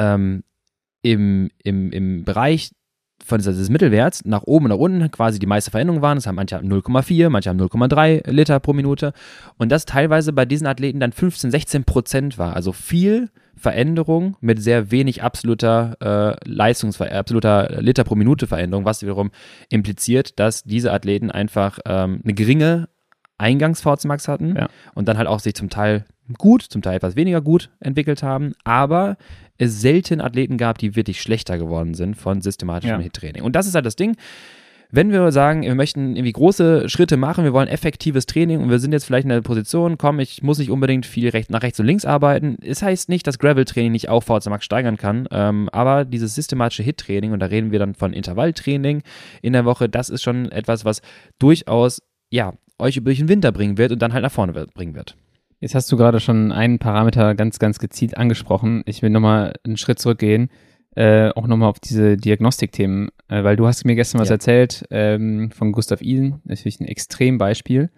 im Bereich des Mittelwerts nach oben und nach unten quasi die meiste Veränderung waren. Das haben manche 0,4, manche haben 0,3 Liter pro Minute. Und das teilweise bei diesen Athleten dann 15-16% war. Also viel Veränderung mit sehr wenig absoluter absoluter Liter pro Minute Veränderung, was wiederum impliziert, dass diese Athleten einfach eine geringe Eingangs-VHC Max hatten und dann halt auch sich zum Teil gut, zum Teil etwas weniger gut entwickelt haben, aber es selten Athleten gab, die wirklich schlechter geworden sind von systematischem HIIT-Training. Und das ist halt das Ding, wenn wir sagen, wir möchten irgendwie große Schritte machen, wir wollen effektives Training und wir sind jetzt vielleicht in der Position, ich muss nicht unbedingt viel nach rechts und links arbeiten. Es heißt nicht, dass Gravel-Training nicht auch VHC Max steigern kann, aber dieses systematische HIIT-Training, und da reden wir dann von Intervalltraining in der Woche, das ist schon etwas, was durchaus, euch durch den Winter bringen wird und dann halt nach vorne bringen wird. Jetzt hast du gerade schon einen Parameter ganz, ganz gezielt angesprochen. Ich will nochmal einen Schritt zurückgehen, auch nochmal auf diese Diagnostikthemen, weil du hast mir gestern was erzählt von Gustav Iden, natürlich ein Extrembeispiel.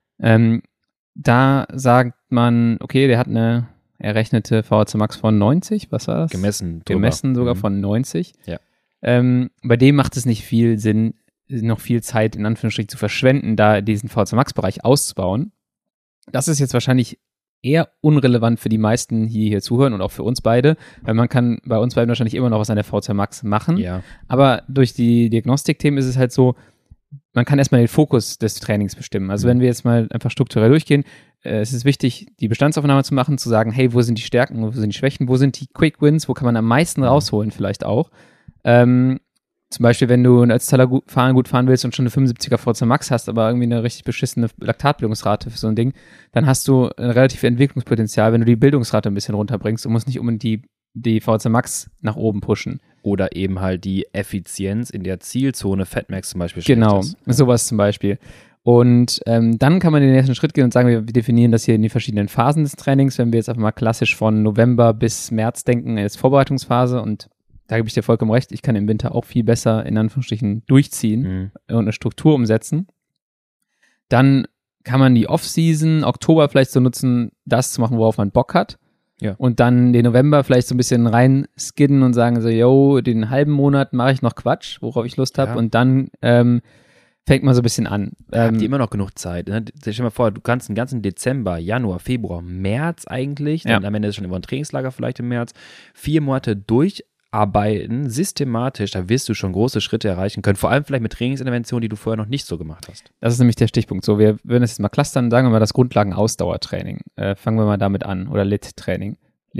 Da sagt man, okay, der hat eine errechnete VHC Max von 90, was war das? Gemessen sogar von 90. Ja. Bei dem macht es nicht viel Sinn, noch viel Zeit in Anführungsstrichen zu verschwenden, da diesen VHC Max-Bereich auszubauen. Das ist jetzt wahrscheinlich eher unrelevant für die meisten, die hier zuhören und auch für uns beide, weil man kann bei uns beiden wahrscheinlich immer noch was an der VHC Max machen. Ja. Aber durch die Diagnostikthemen ist es halt so, man kann erstmal den Fokus des Trainings bestimmen. Also wenn wir jetzt mal einfach strukturell durchgehen, es ist wichtig, die Bestandsaufnahme zu machen, zu sagen, hey, wo sind die Stärken, wo sind die Schwächen, wo sind die Quick Wins, wo kann man am meisten rausholen vielleicht auch. Zum Beispiel, wenn du ein Ötztaler gut fahren willst und schon eine 75er VHC Max hast, aber irgendwie eine richtig beschissene Laktatbildungsrate für so ein Ding, dann hast du ein relatives Entwicklungspotenzial, wenn du die Bildungsrate ein bisschen runterbringst und musst nicht unbedingt die VHC Max nach oben pushen. Oder eben halt die Effizienz in der Zielzone Fatmax zum Beispiel. Genau, sowas zum Beispiel. Und dann kann man den nächsten Schritt gehen und sagen, wir definieren das hier in die verschiedenen Phasen des Trainings. Wenn wir jetzt einfach mal klassisch von November bis März denken, ist Vorbereitungsphase, und da gebe ich dir vollkommen recht, ich kann im Winter auch viel besser in Anführungsstrichen durchziehen und eine Struktur umsetzen. Dann kann man die Off-Season, Oktober vielleicht so nutzen, das zu machen, worauf man Bock hat. Ja. Und dann den November vielleicht so ein bisschen rein skidden und sagen so, yo, den halben Monat mache ich noch Quatsch, worauf ich Lust habe. Und dann fängt man so ein bisschen an. Habt ihr immer noch genug Zeit? Ne? Stell dir mal vor, du kannst den ganzen Dezember, Januar, Februar, März eigentlich, dann am Ende ist schon über ein Trainingslager vielleicht im März, 4 Monate durcharbeiten, systematisch, da wirst du schon große Schritte erreichen können, vor allem vielleicht mit Trainingsinterventionen, die du vorher noch nicht so gemacht hast. Das ist nämlich der Stichpunkt. So, wir würden es jetzt mal clustern, sagen wir mal das Grundlagen-Ausdauertraining. Fangen wir mal damit an. Oder LIT-Training.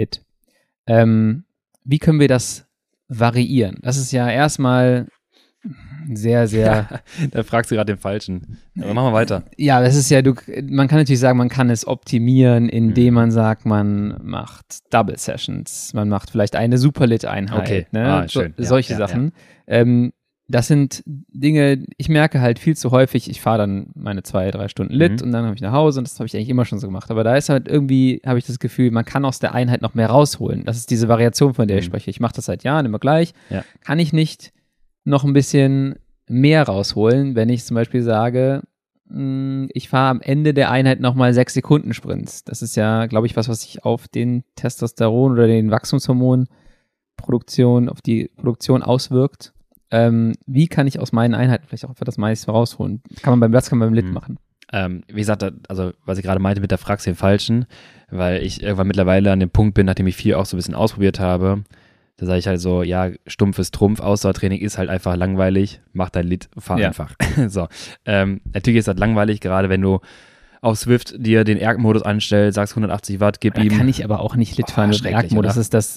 Wie können wir das variieren? Das ist ja erstmal sehr, sehr... Da fragst du gerade den Falschen. Aber machen wir weiter. Ja, das ist ja, man kann natürlich sagen, man kann es optimieren, indem man sagt, man macht Double Sessions, man macht vielleicht eine Superlit-Einheit. Okay, ne? Schön. Solche Sachen. Ja. Das sind Dinge, ich merke halt viel zu häufig, ich fahre dann meine 2-3 Stunden Lit und dann habe ich nach Hause, und das habe ich eigentlich immer schon so gemacht. Aber da ist halt irgendwie, habe ich das Gefühl, man kann aus der Einheit noch mehr rausholen. Das ist diese Variation, von der ich spreche. Ich mache das seit Jahren immer gleich. Ja. Kann ich nicht noch ein bisschen mehr rausholen, wenn ich zum Beispiel sage, ich fahre am Ende der Einheit nochmal 6 Sekunden Sprints. Das ist ja, glaube ich, was sich auf den Testosteron oder den Wachstumshormonproduktion, auf die Produktion auswirkt. Wie kann ich aus meinen Einheiten vielleicht auch das meiste rausholen? Was kann man beim Lit machen? Wie gesagt, also was ich gerade meinte mit der fragst den Falschen, weil ich irgendwann mittlerweile an dem Punkt bin, nachdem ich viel auch so ein bisschen ausprobiert habe, da sage ich halt so, ja, stumpfes Trumpf, Ausdauertraining ist halt einfach langweilig, mach dein Lit, fahr einfach. So, natürlich ist das langweilig, gerade wenn du auf Swift dir den Erg-Modus anstellst, sagst 180 Watt, gib Da ihm. kann ich aber auch nicht Lit fahren mit schrecklich, Erg-Modus. Das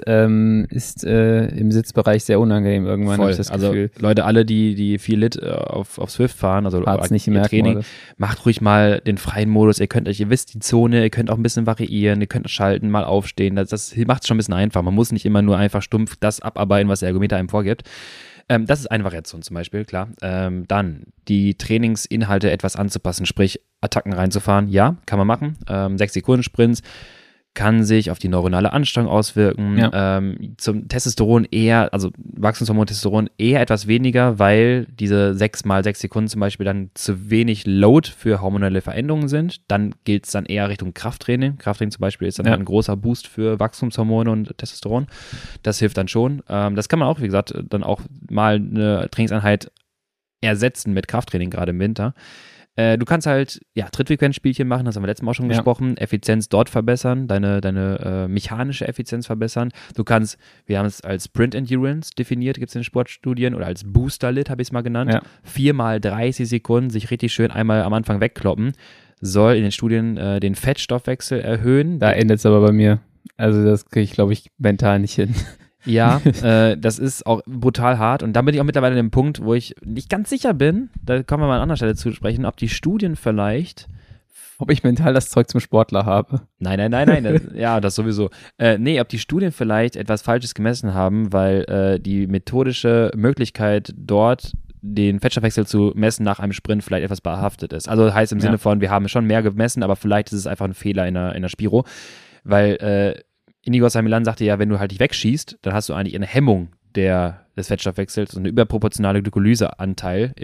ist im Sitzbereich sehr unangenehm irgendwann, habe Voll. ich das Also Gefühl. Leute, alle, die viel Lit auf Swift fahren, also Fahrt's nicht im ihr Training, Erg-Modus. macht ruhig mal den freien Modus. Ihr wisst die Zone, ihr könnt auch ein bisschen variieren, ihr könnt schalten, mal aufstehen. Das macht es schon ein bisschen einfach. Man muss nicht immer nur einfach stumpf das abarbeiten, was der Ergometer einem vorgibt. Das ist eine Variation zum Beispiel, klar. Dann die Trainingsinhalte etwas anzupassen, sprich Attacken reinzufahren. Ja, kann man machen. 6-Sekunden-Sprints kann sich auf die neuronale Anstrengung auswirken. Ja. Zum Testosteron eher, also Wachstumshormon Testosteron eher etwas weniger, weil diese 6 mal 6 Sekunden zum Beispiel dann zu wenig Load für hormonelle Veränderungen sind. Dann gilt es dann eher Richtung Krafttraining. Krafttraining zum Beispiel ist dann ein großer Boost für Wachstumshormone und Testosteron. Das hilft dann schon. Das kann man auch, wie gesagt, dann auch mal eine Trainingseinheit ersetzen mit Krafttraining, gerade im Winter. Du kannst halt, Trittfrequenzspielchen machen, das haben wir letztes Mal auch schon gesprochen, Effizienz dort verbessern, deine mechanische Effizienz verbessern. Du kannst, wir haben es als Sprint Endurance definiert, gibt es in Sportstudien, oder als Booster Lit habe ich es mal genannt. 4 mal 30 Sekunden sich richtig schön einmal am Anfang wegkloppen, soll in den Studien den Fettstoffwechsel erhöhen. Da endet es aber bei mir. Also das kriege ich, glaube ich, mental nicht hin. Ja, das ist auch brutal hart und da bin ich auch mittlerweile an dem Punkt, wo ich nicht ganz sicher bin, da kommen wir mal an anderer Stelle zu sprechen, ob die Studien vielleicht... Ob ich mental das Zeug zum Sportler habe. Nein, ja, das sowieso. Ob die Studien vielleicht etwas Falsches gemessen haben, weil die methodische Möglichkeit dort den Fettstoffwechsel zu messen nach einem Sprint vielleicht etwas behaftet ist. Also heißt im Sinne von, wir haben schon mehr gemessen, aber vielleicht ist es einfach ein Fehler in der Spiro, weil Inigo Samilan sagte ja, wenn du halt dich wegschießt, dann hast du eigentlich eine Hemmung des Fettstoffwechsels und eine überproportionale Glykolyseanteil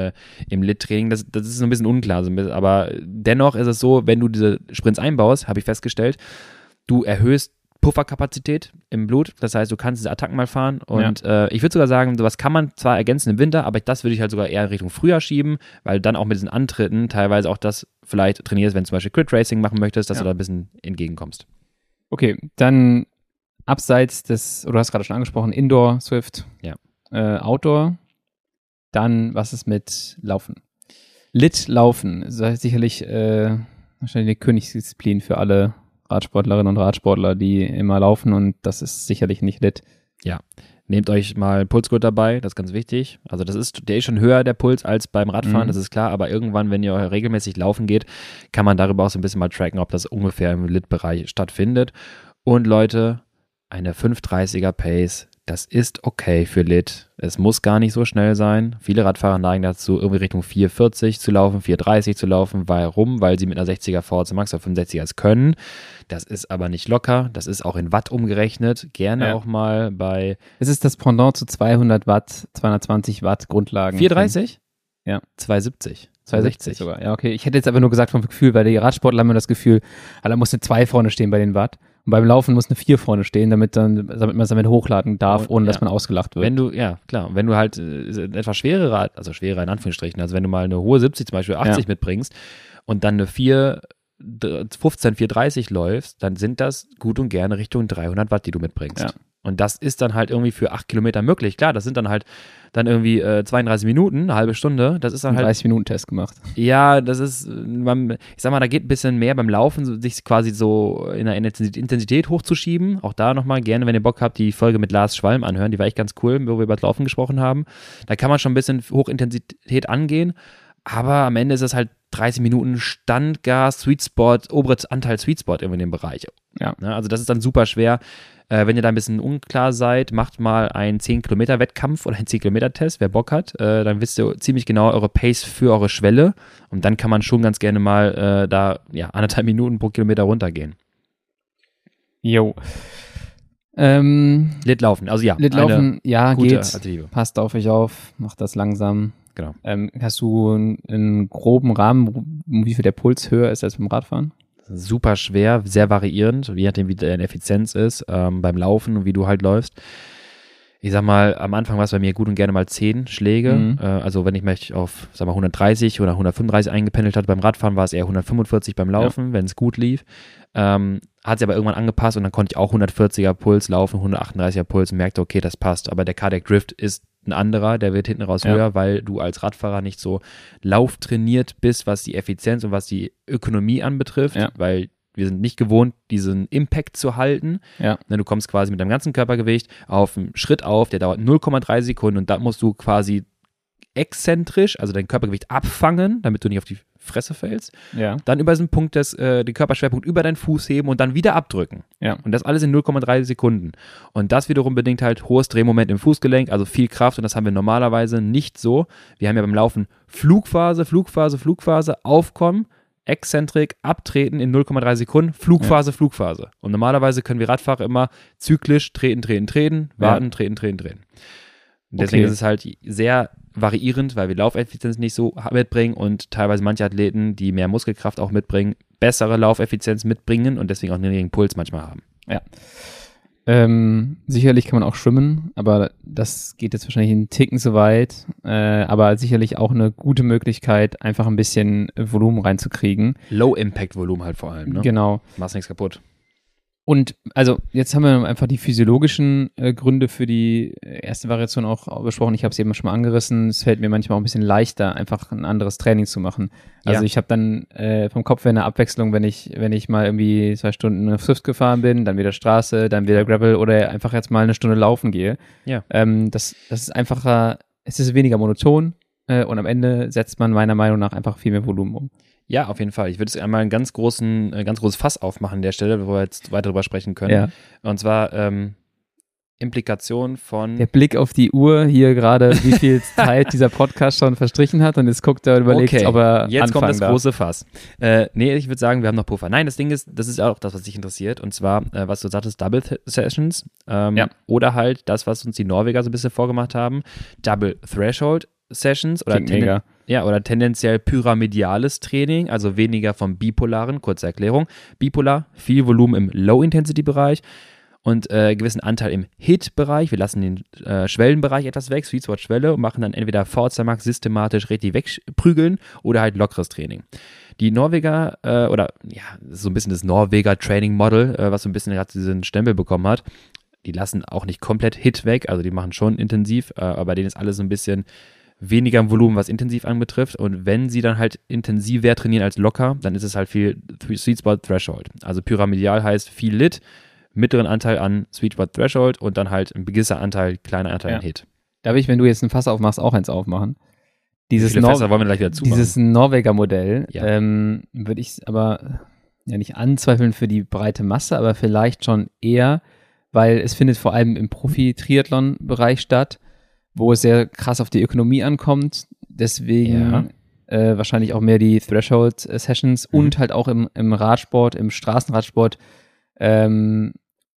im Lit-Training. Das ist so ein bisschen unklar, aber dennoch ist es so, wenn du diese Sprints einbaust, habe ich festgestellt, du erhöhst Pufferkapazität im Blut, das heißt, du kannst diese Attacken mal fahren und ich würde sogar sagen, sowas kann man zwar ergänzen im Winter, aber das würde ich halt sogar eher in Richtung Frühjahr schieben, weil dann auch mit diesen Antritten teilweise auch das vielleicht trainierst, wenn du zum Beispiel Crit Racing machen möchtest, dass du da ein bisschen entgegenkommst. Okay, dann abseits des, oder du hast gerade schon angesprochen, Indoor, Swift, Outdoor, dann was ist mit Laufen? Lit-Laufen, das ist sicherlich wahrscheinlich eine Königsdisziplin für alle Radsportlerinnen und Radsportler, die immer laufen und das ist sicherlich nicht Lit. Ja, nehmt euch mal einen Pulsgurt dabei, das ist ganz wichtig. Also der ist schon höher, der Puls, als beim Radfahren, das ist klar, aber irgendwann, wenn ihr regelmäßig laufen geht, kann man darüber auch so ein bisschen mal tracken, ob das ungefähr im Lit-Bereich stattfindet. Und Leute, eine 5:30er Pace, das ist okay für Lit. Es muss gar nicht so schnell sein. Viele Radfahrer neigen dazu, irgendwie Richtung 4:40 zu laufen, 4:30 zu laufen. Warum? Weil sie mit einer 60er VHC Max oder 65er es können. Das ist aber nicht locker. Das ist auch in Watt umgerechnet. Gerne auch mal bei... Es ist das Pendant zu 200 Watt, 220 Watt Grundlagen. 4:30? Ja. 2:70. 260 sogar. Ja, okay. Ich hätte jetzt aber nur gesagt vom Gefühl, weil die Radsportler haben immer das Gefühl, da muss eine 2 vorne stehen bei den Watt. Und beim Laufen muss eine 4 vorne stehen, damit man es damit hochladen darf, ohne dass man ausgelacht wird. Wenn du halt etwas schwere schwerer in Anführungsstrichen, also wenn du mal eine hohe 70, zum Beispiel 80 mitbringst und dann eine 4:30 läufst, dann sind das gut und gerne Richtung 300 Watt, die du mitbringst. Ja. Und das ist dann halt irgendwie für 8 Kilometer möglich. Klar, das sind dann halt irgendwie 32 Minuten, eine halbe Stunde. Das ist dann halt 30-Minuten-Test gemacht. Ja, das ist, ich sag mal, da geht ein bisschen mehr beim Laufen, sich quasi so in der Intensität hochzuschieben. Auch da nochmal gerne, wenn ihr Bock habt, die Folge mit Lars Schwalm anhören. Die war echt ganz cool, wo wir über das Laufen gesprochen haben. Da kann man schon ein bisschen Hochintensität angehen. Aber am Ende ist es halt 30 Minuten Standgas, Sweet Spot, obere Anteil Sweet Spot irgendwie in dem Bereich. Ja. Also das ist dann super schwer. Wenn ihr da ein bisschen unklar seid, macht mal einen 10-Kilometer-Wettkampf oder einen 10-Kilometer-Test, wer Bock hat. Dann wisst ihr ziemlich genau eure Pace für eure Schwelle. Und dann kann man schon ganz gerne mal 1,5 Minuten pro Kilometer runtergehen. Jo. Litlaufen, also ja. Litlaufen, ja, gute geht. Alternative. Passt auf euch auf, macht das langsam. Genau. Hast du einen groben Rahmen, wie viel der Puls höher ist als beim Radfahren? Super schwer, sehr variierend, je nachdem, wie deine Effizienz ist beim Laufen und wie du halt läufst. Ich sag mal, am Anfang war es bei mir gut und gerne mal 10 Schläge. Also wenn ich mich auf, 130 oder 135 eingependelt hatte beim Radfahren, war es eher 145 beim Laufen, wenn es gut lief. Hat sich aber irgendwann angepasst und dann konnte ich auch 140er Puls laufen, 138er Puls und merkte, okay, das passt. Aber der Cardiac Drift ist ein anderer, der wird hinten raus höher, weil du als Radfahrer nicht so lauftrainiert bist, was die Effizienz und was die Ökonomie anbetrifft, weil wir sind nicht gewohnt, diesen Impact zu halten. Ja. Du kommst quasi mit deinem ganzen Körpergewicht auf einen Schritt auf, der dauert 0,3 Sekunden und da musst du quasi exzentrisch, also dein Körpergewicht abfangen, damit du nicht auf die Fresse fällst. Ja. Dann über diesen Punkt den Körperschwerpunkt über deinen Fuß heben und dann wieder abdrücken. Ja. Und das alles in 0,3 Sekunden. Und das wiederum bedingt halt hohes Drehmoment im Fußgelenk, also viel Kraft und das haben wir normalerweise nicht so. Wir haben ja beim Laufen Flugphase, Aufkommen, Exzentrik, Abtreten in 0,3 Sekunden, Flugphase. Und normalerweise können wir Radfahrer immer zyklisch treten, warten, treten. Und deswegen ist es halt sehr variierend, weil wir Laufeffizienz nicht so mitbringen und teilweise manche Athleten, die mehr Muskelkraft auch mitbringen, bessere Laufeffizienz mitbringen und deswegen auch einen niedrigen Puls manchmal haben. Ja. Sicherlich kann man auch schwimmen, aber das geht jetzt wahrscheinlich einen Ticken zu weit. Aber sicherlich auch eine gute Möglichkeit, einfach ein bisschen Volumen reinzukriegen. Low-Impact-Volumen halt vor allem, ne? Genau. Machst nichts kaputt. Und also jetzt haben wir einfach die physiologischen Gründe für die erste Variation auch besprochen. Ich habe es eben schon mal angerissen. Es fällt mir manchmal auch ein bisschen leichter, einfach ein anderes Training zu machen. Also ich habe dann vom Kopf her eine Abwechslung, wenn ich mal irgendwie 2 Stunden auf Swift gefahren bin, dann wieder Straße, dann wieder Gravel oder einfach jetzt mal eine Stunde laufen gehe. Ja. Das ist einfacher, es ist weniger monoton und am Ende setzt man meiner Meinung nach einfach viel mehr Volumen um. Ja, auf jeden Fall. Ich würde jetzt einmal ein ganz großes Fass aufmachen an der Stelle, wo wir jetzt weiter drüber sprechen können. Ja. Und zwar Implikation von... Der Blick auf die Uhr hier gerade, wie viel Zeit dieser Podcast schon verstrichen hat und jetzt guckt er und überlegt, ob er jetzt kommt das darf. große Fass. Nee, ich würde sagen, wir haben noch Puffer. Nein, das Ding ist, das ist auch das, was dich interessiert und zwar, was du sagtest, Double Sessions oder halt das, was uns die Norweger so ein bisschen vorgemacht haben, Double Threshold Sessions oder oder tendenziell pyramidales Training, also weniger vom bipolaren, kurze Erklärung. Bipolar, viel Volumen im Low-Intensity-Bereich und gewissen Anteil im HIT-Bereich. Wir lassen den Schwellenbereich etwas weg, Sweet Spot Schwelle und machen dann entweder VZ Max systematisch richtig wegprügeln oder halt lockeres Training. Die Norweger, das ist so ein bisschen das Norweger Training Model, was so ein bisschen gerade diesen Stempel bekommen hat. Die lassen auch nicht komplett HIT weg, also die machen schon intensiv, aber bei denen ist alles so ein bisschen weniger im Volumen, was intensiv anbetrifft. Und wenn sie dann halt intensiver trainieren als locker, dann ist es halt viel Sweet Spot Threshold. Also pyramidal heißt viel Lit, mittleren Anteil an Sweet Spot Threshold und dann halt ein gewisser Anteil, kleiner Anteil an Hit. Darf ich, wenn du jetzt ein Fass aufmachst, auch eins aufmachen? Dieses Fässer wollen wir gleich wieder zumachen. Dieses Norweger Modell würde ich aber nicht anzweifeln für die breite Masse, aber vielleicht schon eher, weil es findet vor allem im Profi-Triathlon-Bereich statt, wo es sehr krass auf die Ökonomie ankommt, deswegen wahrscheinlich auch mehr die Threshold-Sessions und halt auch im Radsport, im Straßenradsport und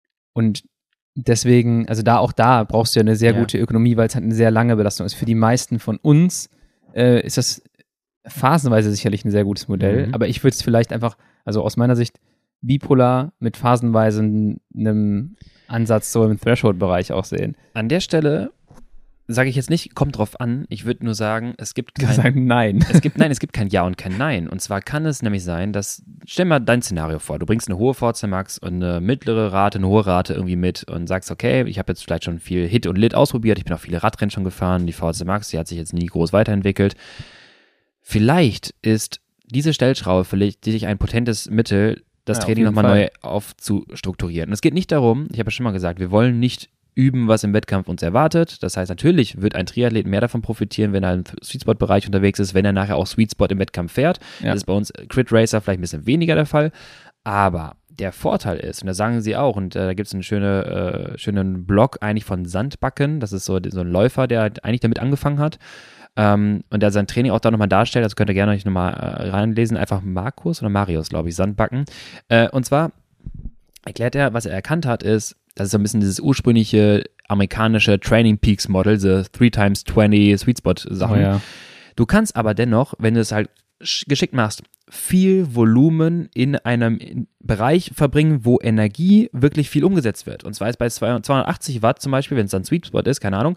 deswegen, also da brauchst du ja eine sehr gute Ökonomie, weil es halt eine sehr lange Belastung ist. Für die meisten von uns ist das phasenweise sicherlich ein sehr gutes Modell, aber ich würde es vielleicht einfach, also aus meiner Sicht, bipolar mit phasenweise einem Ansatz so im Threshold-Bereich auch sehen. An der Stelle sage ich jetzt nicht, kommt drauf an. Ich würde nur sagen, es gibt kein Nein. Es gibt kein Ja und kein Nein. Und zwar kann es nämlich sein, stell mal dein Szenario vor, du bringst eine hohe VZ Max und eine mittlere Rate, eine hohe Rate irgendwie mit und sagst, okay, ich habe jetzt vielleicht schon viel Hit und Lit ausprobiert, ich bin auch viele Radrennen schon gefahren, die VZ Max, die hat sich jetzt nie groß weiterentwickelt. Vielleicht ist diese Stellschraube für dich ein potentes Mittel, das Training nochmal neu aufzustrukturieren. Und es geht nicht darum, ich habe ja schon mal gesagt, wir wollen nicht üben, was im Wettkampf uns erwartet. Das heißt, natürlich wird ein Triathlet mehr davon profitieren, wenn er im Sweet-Spot-Bereich unterwegs ist, wenn er nachher auch Sweet-Spot im Wettkampf fährt. Ja. Das ist bei uns Crit Racer vielleicht ein bisschen weniger der Fall. Aber der Vorteil ist, und das sagen sie auch, und da gibt es einen schönen Blog eigentlich von Sandbacken, das ist so ein Läufer, der eigentlich damit angefangen hat, und der sein Training auch da nochmal darstellt, also könnt ihr gerne euch nochmal reinlesen, einfach Marius, glaube ich, Sandbacken. Und zwar erklärt er, was er erkannt hat, ist, das ist so ein bisschen dieses ursprüngliche amerikanische Training Peaks Model, the 3x20 Sweet Spot Sachen. Oh ja. Du kannst aber dennoch, wenn du es halt geschickt machst, viel Volumen in einem Bereich verbringen, wo Energie wirklich viel umgesetzt wird. Und zwar ist bei 280 Watt zum Beispiel, wenn es dann Sweet Spot ist, keine Ahnung,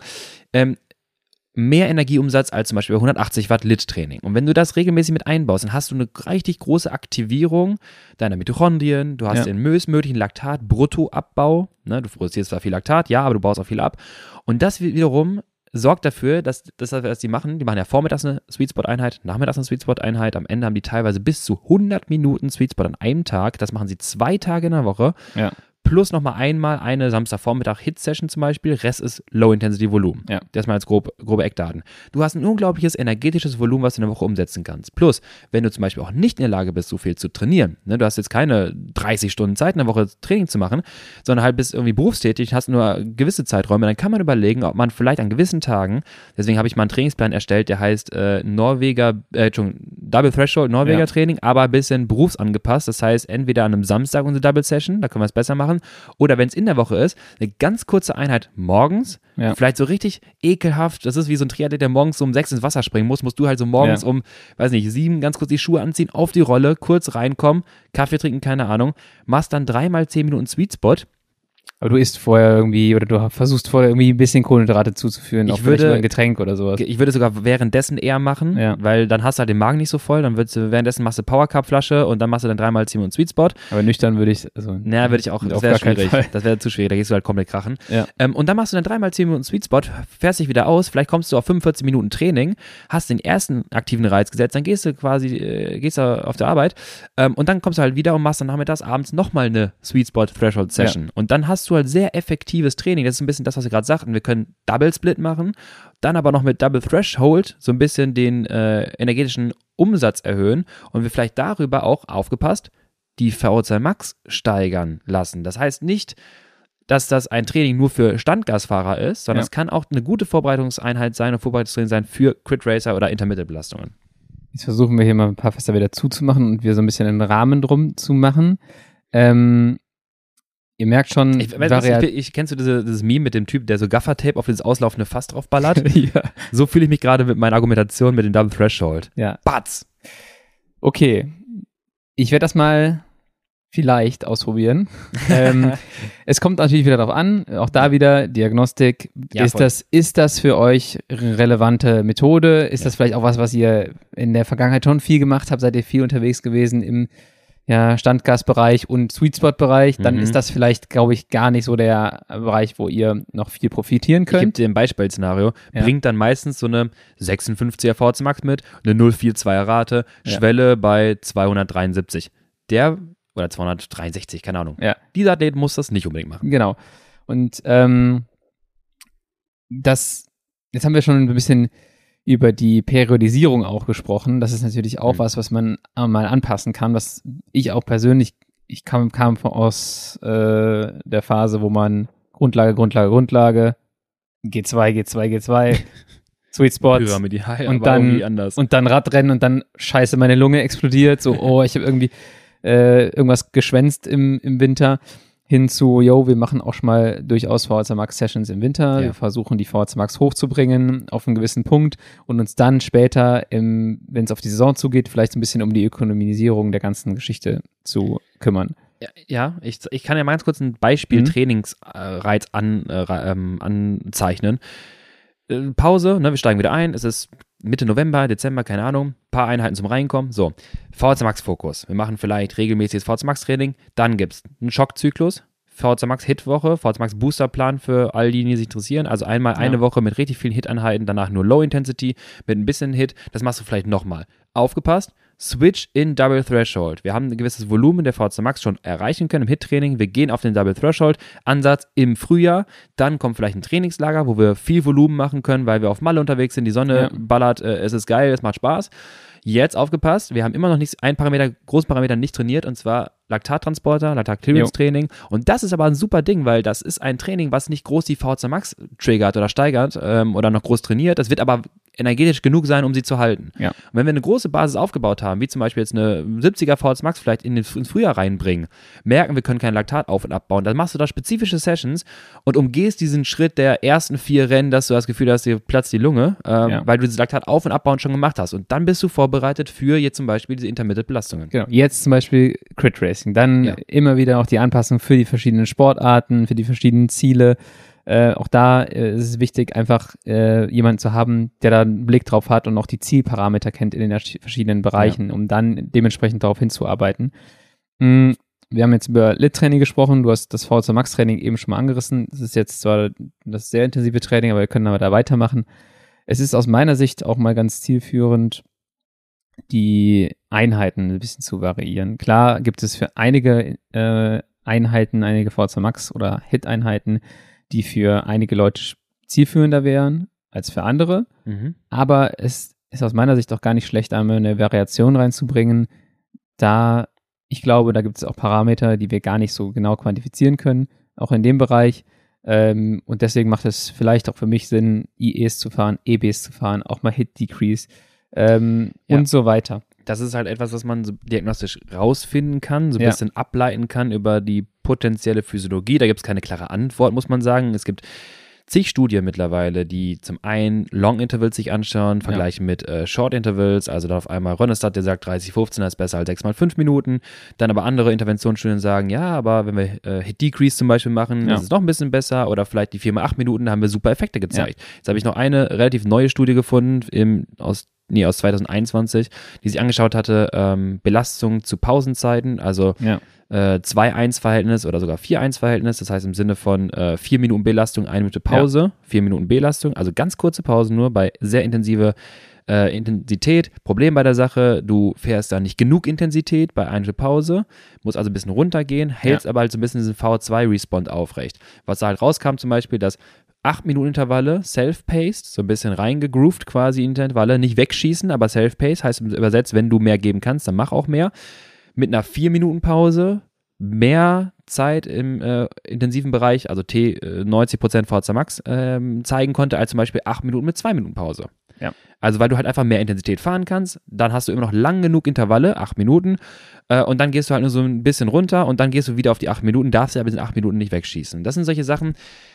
mehr Energieumsatz als zum Beispiel bei 180 Watt Lit-Training. Und wenn du das regelmäßig mit einbaust, dann hast du eine richtig große Aktivierung deiner Mitochondrien, du hast den möglichen Laktat-Bruttoabbau, ne? Du produzierst zwar viel Laktat, ja, aber du baust auch viel ab. Und das wiederum sorgt dafür, dass was die machen ja vormittags eine Sweet Spot Einheit, nachmittags eine Sweet Spot Einheit, am Ende haben die teilweise bis zu 100 Minuten Sweet Spot an einem Tag, das machen sie 2 Tage in der Woche. Ja. Plus nochmal einmal eine Samstagvormittag Hit-Session zum Beispiel, Rest ist Low-Intensity-Volumen. Ja. Das mal als grobe Eckdaten. Du hast ein unglaubliches energetisches Volumen, was du in der Woche umsetzen kannst. Plus, wenn du zum Beispiel auch nicht in der Lage bist, so viel zu trainieren, ne, du hast jetzt keine 30 Stunden Zeit in der Woche Training zu machen, sondern halt bist irgendwie berufstätig, hast nur gewisse Zeiträume, dann kann man überlegen, ob man vielleicht an gewissen Tagen, deswegen habe ich mal einen Trainingsplan erstellt, der heißt Double Threshold Norweger Training, aber ein bisschen berufsangepasst. Das heißt, entweder an einem Samstag unsere Double Session, da können wir es besser machen, oder wenn es in der Woche ist, eine ganz kurze Einheit morgens, vielleicht so richtig ekelhaft, das ist wie so ein Triathlet, der morgens um 6 ins Wasser springen musst du halt so morgens um, weiß nicht, 7 ganz kurz die Schuhe anziehen, auf die Rolle, kurz reinkommen, Kaffee trinken, keine Ahnung, machst dann 3x 10 Minuten Sweet Spot. Aber du isst vorher irgendwie, oder du versuchst vorher irgendwie ein bisschen Kohlenhydrate zuzuführen, auch vielleicht ein Getränk oder sowas. Ich würde sogar währenddessen eher machen, weil dann hast du halt den Magen nicht so voll, dann währenddessen machst du Powercup-Flasche und dann machst du dann 3x 10 Minuten Sweet Spot. Aber nüchtern würde ich, würde ich auch, das wäre schwierig. Das wäre zu schwierig, da gehst du halt komplett krachen. Ja. Und dann machst du dann 3x 10 Minuten Sweet Spot, fährst dich wieder aus, vielleicht kommst du auf 45 Minuten Training, hast den ersten aktiven Reiz gesetzt, dann gehst du auf der Arbeit und dann kommst du halt wieder und machst dann nachmittags, abends nochmal eine Sweet Spot Threshold Session. Und dann hast du halt sehr effektives Training. Das ist ein bisschen das, was wir gerade sagten. Wir können Double Split machen, dann aber noch mit Double Threshold so ein bisschen den energetischen Umsatz erhöhen und wir vielleicht darüber auch, aufgepasst, die VO2 Max steigern lassen. Das heißt nicht, dass das ein Training nur für Standgasfahrer ist, sondern es kann auch eine gute Vorbereitungseinheit sein und Vorbereitungstraining sein für Crit Racer oder Intermittent-Belastungen. Jetzt versuchen wir hier mal ein paar Fässer wieder zuzumachen und wir so ein bisschen einen Rahmen drum zu machen. Ihr merkt schon, kennst du dieses Meme mit dem Typ, der so Gaffertape auf dieses auslaufende Fass draufballert? Ja. So fühle ich mich gerade mit meiner Argumentation mit dem Double Threshold. Ja. Batz! Okay. Ich werde das mal vielleicht ausprobieren. Es kommt natürlich wieder darauf an, auch da wieder Diagnostik. Ja, ist das für euch eine relevante Methode? Ist das vielleicht auch was ihr in der Vergangenheit schon viel gemacht habt? Seid ihr viel unterwegs gewesen im Standgasbereich und Sweet-Spot-Bereich, dann ist das vielleicht, glaube ich, gar nicht so der Bereich, wo ihr noch viel profitieren könnt. Ich gebe dir ein Beispielszenario. Bringt dann meistens so eine 56er VO2 Max mit, eine 0,42er Rate, Schwelle bei 273. Oder 263, keine Ahnung. Ja. Dieser Athlet muss das nicht unbedingt machen. Genau. Und jetzt haben wir schon ein bisschen über die Periodisierung auch gesprochen. Das ist natürlich auch was man mal anpassen kann, was ich auch persönlich, ich kam aus der Phase, wo man Grundlage, G2, Sweet Spots und dann Radrennen und dann scheiße, meine Lunge explodiert, so, ich habe irgendwie irgendwas geschwänzt im Winter. Hin zu, wir machen auch schon mal durchaus VO2 Max Sessions im Winter. Wir versuchen, die VO2 Max hochzubringen auf einen gewissen Punkt und uns dann später, wenn es auf die Saison zugeht, vielleicht so ein bisschen um die Ökonomisierung der ganzen Geschichte zu kümmern. Ja, ich kann ja mal ganz kurz ein Beispiel Trainingsreiz anzeichnen. Pause, wir steigen wieder ein, es ist Mitte November, Dezember, keine Ahnung, paar Einheiten zum Reinkommen. So, VO2 Max Fokus. Wir machen vielleicht regelmäßiges VO2 Max Training. Dann gibt es einen Schockzyklus, VO2 Max Hit-Woche, VO2 Max Boosterplan für all die sich interessieren. Also einmal eine Woche mit richtig vielen Hit-Einheiten, danach nur Low Intensity mit ein bisschen Hit. Das machst du vielleicht nochmal. Aufgepasst, Switch in Double Threshold. Wir haben ein gewisses Volumen der VO2 Max schon erreichen können im Hit-Training. Wir gehen auf den Double Threshold-Ansatz im Frühjahr. Dann kommt vielleicht ein Trainingslager, wo wir viel Volumen machen können, weil wir auf Malle unterwegs sind. Die Sonne ballert, es ist geil, es macht Spaß. Jetzt aufgepasst, wir haben immer noch nicht großen Parameter nicht trainiert, und zwar Laktattransporter, Laktat-Clearance-Training. Und das ist aber ein super Ding, weil das ist ein Training, was nicht groß die VO2 Max triggert oder steigert oder noch groß trainiert. Das wird aber energetisch genug sein, um sie zu halten. Ja. Und wenn wir eine große Basis aufgebaut haben, wie zum Beispiel jetzt eine 70er VO2 Max vielleicht ins Frühjahr reinbringen, merken, wir können kein Laktat auf- und abbauen, dann machst du da spezifische Sessions und umgehst diesen Schritt der ersten 4 Rennen, dass du das Gefühl hast, dir platzt die Lunge, weil du dieses Laktat auf- und abbauen schon gemacht hast. Und dann bist du vorbereitet für jetzt zum Beispiel diese Intermittent-Belastungen. Genau, jetzt zum Beispiel Crit Racing. Dann immer wieder auch die Anpassung für die verschiedenen Sportarten, für die verschiedenen Ziele. Auch da ist es wichtig, einfach jemanden zu haben, der da einen Blick drauf hat und auch die Zielparameter kennt in den verschiedenen Bereichen, um dann dementsprechend darauf hinzuarbeiten. wir haben jetzt über Lit-Training gesprochen, du hast das VO2 Max-Training eben schon mal angerissen. Das ist jetzt zwar das sehr intensive Training, aber wir können aber da weitermachen. Es ist aus meiner Sicht auch mal ganz zielführend, die Einheiten ein bisschen zu variieren. Klar gibt es für einige Einheiten, einige VO2 Max oder HIIT-Einheiten, die für einige Leute zielführender wären als für andere. Aber es ist aus meiner Sicht auch gar nicht schlecht, einmal eine Variation reinzubringen, da ich glaube, da gibt es auch Parameter, die wir gar nicht so genau quantifizieren können, auch in dem Bereich. Und deswegen macht es vielleicht auch für mich Sinn, IEs zu fahren, EBs zu fahren, auch mal Hit-Decrease und so weiter. Das ist halt etwas, was man so diagnostisch rausfinden kann, so ein bisschen ableiten kann über die potenzielle Physiologie. Da gibt es keine klare Antwort, muss man sagen. Es gibt zig Studien mittlerweile, die zum einen Long Intervals sich anschauen, vergleichen mit Short Intervals, also da auf einmal Rönnestad, der sagt 30-15 ist besser als 6x5 Minuten, dann aber andere Interventionsstudien sagen, ja, aber wenn wir Hit Decrease zum Beispiel machen, das ist noch ein bisschen besser oder vielleicht die 4x8 Minuten, da haben wir super Effekte gezeigt. Jetzt habe ich noch eine relativ neue Studie gefunden, aus 2021, die sich angeschaut hatte, Belastung zu Pausenzeiten, also 2-1-Verhältnis oder sogar 4-1-Verhältnis, das heißt im Sinne von 4 Minuten Belastung, 1 Minute Pause, 4 Minuten Belastung, also ganz kurze Pausen nur bei sehr intensiver Intensität. Problem bei der Sache, du fährst da nicht genug Intensität bei einer Pause, musst also ein bisschen runtergehen, hältst aber halt so ein bisschen diesen V2-Respond aufrecht. Was da halt rauskam zum Beispiel, dass 8-Minuten-Intervalle, self-paced, so ein bisschen reingegroovt quasi in Intervalle, nicht wegschießen, aber self-paced, heißt übersetzt, wenn du mehr geben kannst, dann mach auch mehr. Mit einer 4-Minuten-Pause mehr Zeit im intensiven Bereich, also 90% VO2 Max, zeigen konnte, als zum Beispiel 8 Minuten mit 2 Minuten Pause. Ja. Also weil du halt einfach mehr Intensität fahren kannst, dann hast du immer noch lang genug Intervalle, 8 Minuten, und dann gehst du halt nur so ein bisschen runter und dann gehst du wieder auf die 8 Minuten, darfst du aber in 8 Minuten nicht wegschießen. Das sind solche Sachen,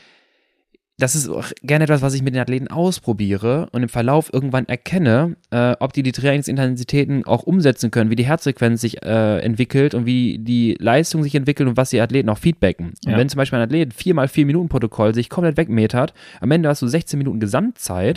das ist auch gerne etwas, was ich mit den Athleten ausprobiere und im Verlauf irgendwann erkenne, ob die Trainingsintensitäten auch umsetzen können, wie die Herzfrequenz sich entwickelt und wie die Leistung sich entwickelt und was die Athleten auch feedbacken. Und wenn zum Beispiel ein Athlet 4x4-Minuten-Protokoll sich komplett wegmetert, am Ende hast du 16 Minuten Gesamtzeit,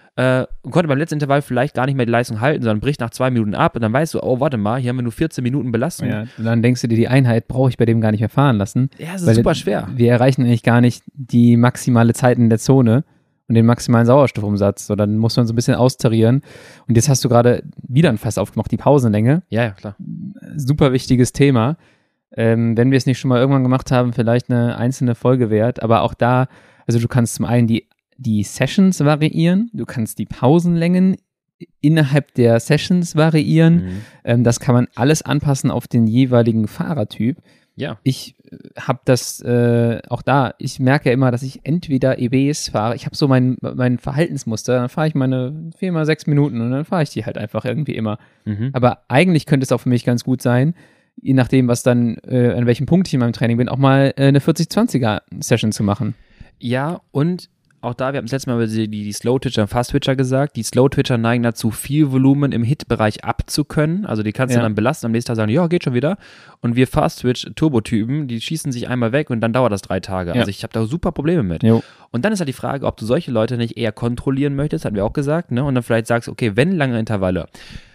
konnte beim letzten Intervall vielleicht gar nicht mehr die Leistung halten, sondern bricht nach 2 Minuten ab und dann weißt du, oh, warte mal, hier haben wir nur 14 Minuten Belastung. Ja, und dann denkst du dir, die Einheit brauche ich bei dem gar nicht mehr fahren lassen. Ja, das ist super schwer. Wir erreichen eigentlich gar nicht die maximale Zeit in der Zone und den maximalen Sauerstoffumsatz, so dann muss man so ein bisschen austarieren. Und jetzt hast du gerade wieder ein Fass aufgemacht, die Pausenlänge. Ja, klar. Super wichtiges Thema. Wenn wir es nicht schon mal irgendwann gemacht haben, vielleicht eine einzelne Folge wert, aber auch da, also du kannst zum einen die Sessions variieren, du kannst die Pausenlängen innerhalb der Sessions variieren. Das kann man alles anpassen auf den jeweiligen Fahrertyp. Ja. Ich habe das auch da, ich merke ja immer, dass ich entweder EBs fahre, ich habe so mein Verhaltensmuster, dann fahre ich meine 4x6 Minuten und dann fahre ich die halt einfach irgendwie immer. Aber eigentlich könnte es auch für mich ganz gut sein, je nachdem, was dann, an welchem Punkt ich in meinem Training bin, auch mal eine 40-20er-Session zu machen. Ja, und auch da, wir haben das letzte Mal über die Slow-Twitcher und Fast-Twitcher gesagt. Die Slow-Twitcher neigen dazu, viel Volumen im Hit-Bereich abzukönnen. Also die kannst du dann belasten, am nächsten Tag sagen, ja, geht schon wieder. Und wir Fast-Twitch-Turbotypen, die schießen sich einmal weg und dann dauert das 3 Tage. Also ich habe da super Probleme mit. Jo. Und dann ist halt die Frage, ob du solche Leute nicht eher kontrollieren möchtest, hatten wir auch gesagt, ne? Und dann vielleicht sagst, okay, wenn lange Intervalle,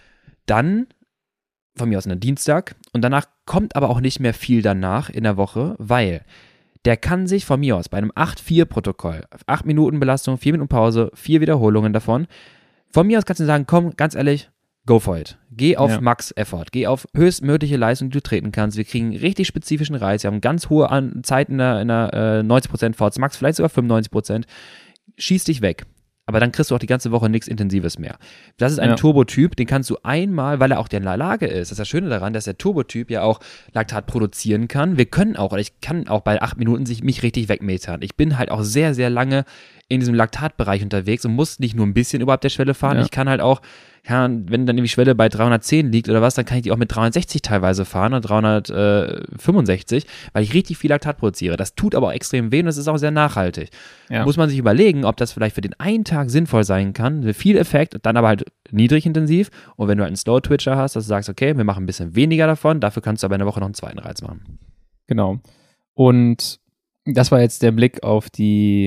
dann von mir aus einen Dienstag und danach kommt aber auch nicht mehr viel danach in der Woche, weil der kann sich von mir aus bei einem 8-4-Protokoll, 8 Minuten Belastung, 4 Minuten Pause, 4 Wiederholungen davon, von mir aus kannst du sagen, komm, ganz ehrlich, go for it. Geh auf Max-Effort, geh auf höchstmögliche Leistung, die du treten kannst. Wir kriegen richtig spezifischen Reiz, wir haben ganz hohe Zeiten in der 90% VO2 Max, vielleicht sogar 95%. Schieß dich weg. Aber dann kriegst du auch die ganze Woche nichts Intensives mehr. Das ist ein Turbotyp, den kannst du einmal, weil er auch in der Lage ist, das ist das Schöne daran, dass der Turbotyp ja auch Laktat produzieren kann. Wir können auch, oder ich kann auch bei 8 Minuten mich richtig wegmetern. Ich bin halt auch sehr, sehr lange in diesem Laktatbereich unterwegs und muss nicht nur ein bisschen überhalb der Schwelle fahren. Ich kann halt auch, wenn dann die Schwelle bei 310 liegt oder was, dann kann ich die auch mit 360 teilweise fahren oder 365, weil ich richtig viel Laktat produziere. Das tut aber auch extrem weh und es ist auch sehr nachhaltig. Ja. Muss man sich überlegen, ob das vielleicht für den einen Tag sinnvoll sein kann, viel Effekt, dann aber halt niedrig intensiv. Und wenn du halt einen Slow-Twitcher hast, dass du sagst, okay, wir machen ein bisschen weniger davon, dafür kannst du aber in der Woche noch einen zweiten Reiz machen. Genau. Und das war jetzt der Blick auf die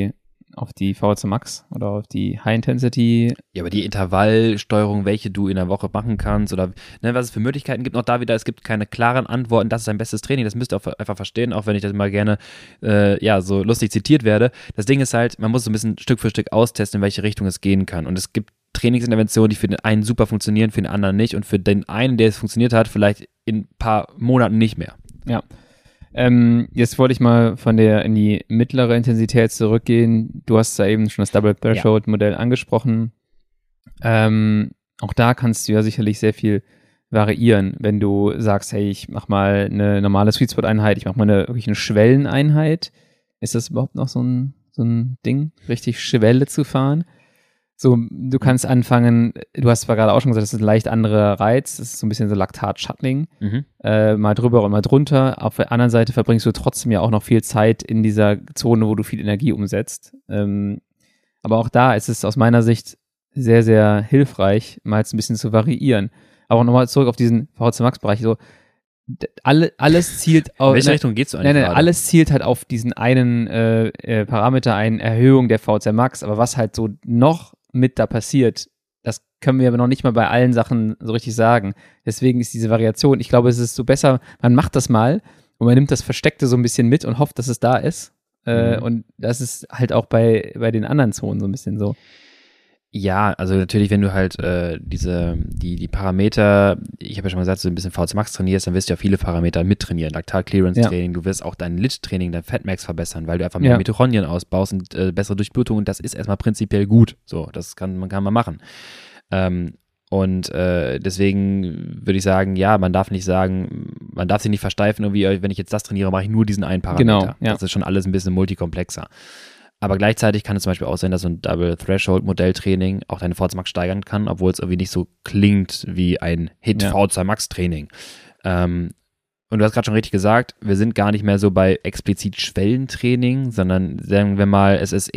auf die VO2 Max oder auf die High Intensity. Ja, aber die Intervallsteuerung, welche du in der Woche machen kannst oder was es für Möglichkeiten gibt, noch da wieder, es gibt keine klaren Antworten, das ist dein bestes Training, das müsst ihr auch einfach verstehen, auch wenn ich das immer gerne so lustig zitiert werde. Das Ding ist halt, man muss so ein bisschen Stück für Stück austesten, in welche Richtung es gehen kann und es gibt Trainingsinterventionen, die für den einen super funktionieren, für den anderen nicht und für den einen, der es funktioniert hat, vielleicht in ein paar Monaten nicht mehr. Ja. Jetzt wollte ich mal in die mittlere Intensität zurückgehen. Du hast da eben schon das Double Threshold Modell angesprochen. Auch da kannst du ja sicherlich sehr viel variieren, wenn du sagst, hey, ich mach mal eine normale Sweet Spot Einheit, ich mach mal wirklich eine Schwelleneinheit. Ist das überhaupt noch so ein Ding, richtig Schwelle zu fahren? So, du kannst anfangen, du hast zwar gerade auch schon gesagt, das ist ein leicht anderer Reiz, das ist so ein bisschen so Laktat-Shuttling, mal drüber und mal drunter. Auf der anderen Seite verbringst du trotzdem ja auch noch viel Zeit in dieser Zone, wo du viel Energie umsetzt. Aber auch da ist es aus meiner Sicht sehr, sehr hilfreich, mal jetzt ein bisschen zu variieren. Aber nochmal zurück auf diesen VO2 Max-Bereich, so alles zielt auf. In welche Richtung geht's eigentlich? Nein, alles zielt halt auf diesen einen Parameter, eine Erhöhung der VO2 Max, aber was halt so noch mit da passiert, das können wir aber noch nicht mal bei allen Sachen so richtig sagen. Deswegen ist diese Variation, ich glaube, es ist so besser, man macht das mal und man nimmt das Versteckte so ein bisschen mit und hofft, dass es da ist. Und das ist halt auch bei den anderen Zonen so ein bisschen so. Ja, also natürlich, wenn du halt die Parameter, ich habe ja schon mal gesagt, so ein bisschen VO2 Max trainierst, dann wirst du ja viele Parameter mittrainieren. Laktat-Clearance-Training, du wirst auch dein LIT-Training, dein Fatmax verbessern, weil du einfach mehr Mitochondrien ausbaust und bessere Durchblutung und das ist erstmal prinzipiell gut. So, das kann man machen. Deswegen würde ich sagen, ja, man darf sich nicht versteifen, irgendwie, wenn ich jetzt das trainiere, mache ich nur diesen einen Parameter. Genau, ja. Das ist schon alles ein bisschen multikomplexer. Aber gleichzeitig kann es zum Beispiel auch sein, dass so ein Double-Threshold-Modelltraining auch deine VO2 Max steigern kann, obwohl es irgendwie nicht so klingt wie ein Hit-VO2 Max-Training. Und du hast gerade schon richtig gesagt, wir sind gar nicht mehr so bei explizit Schwellentraining, sondern sagen wir mal, es ist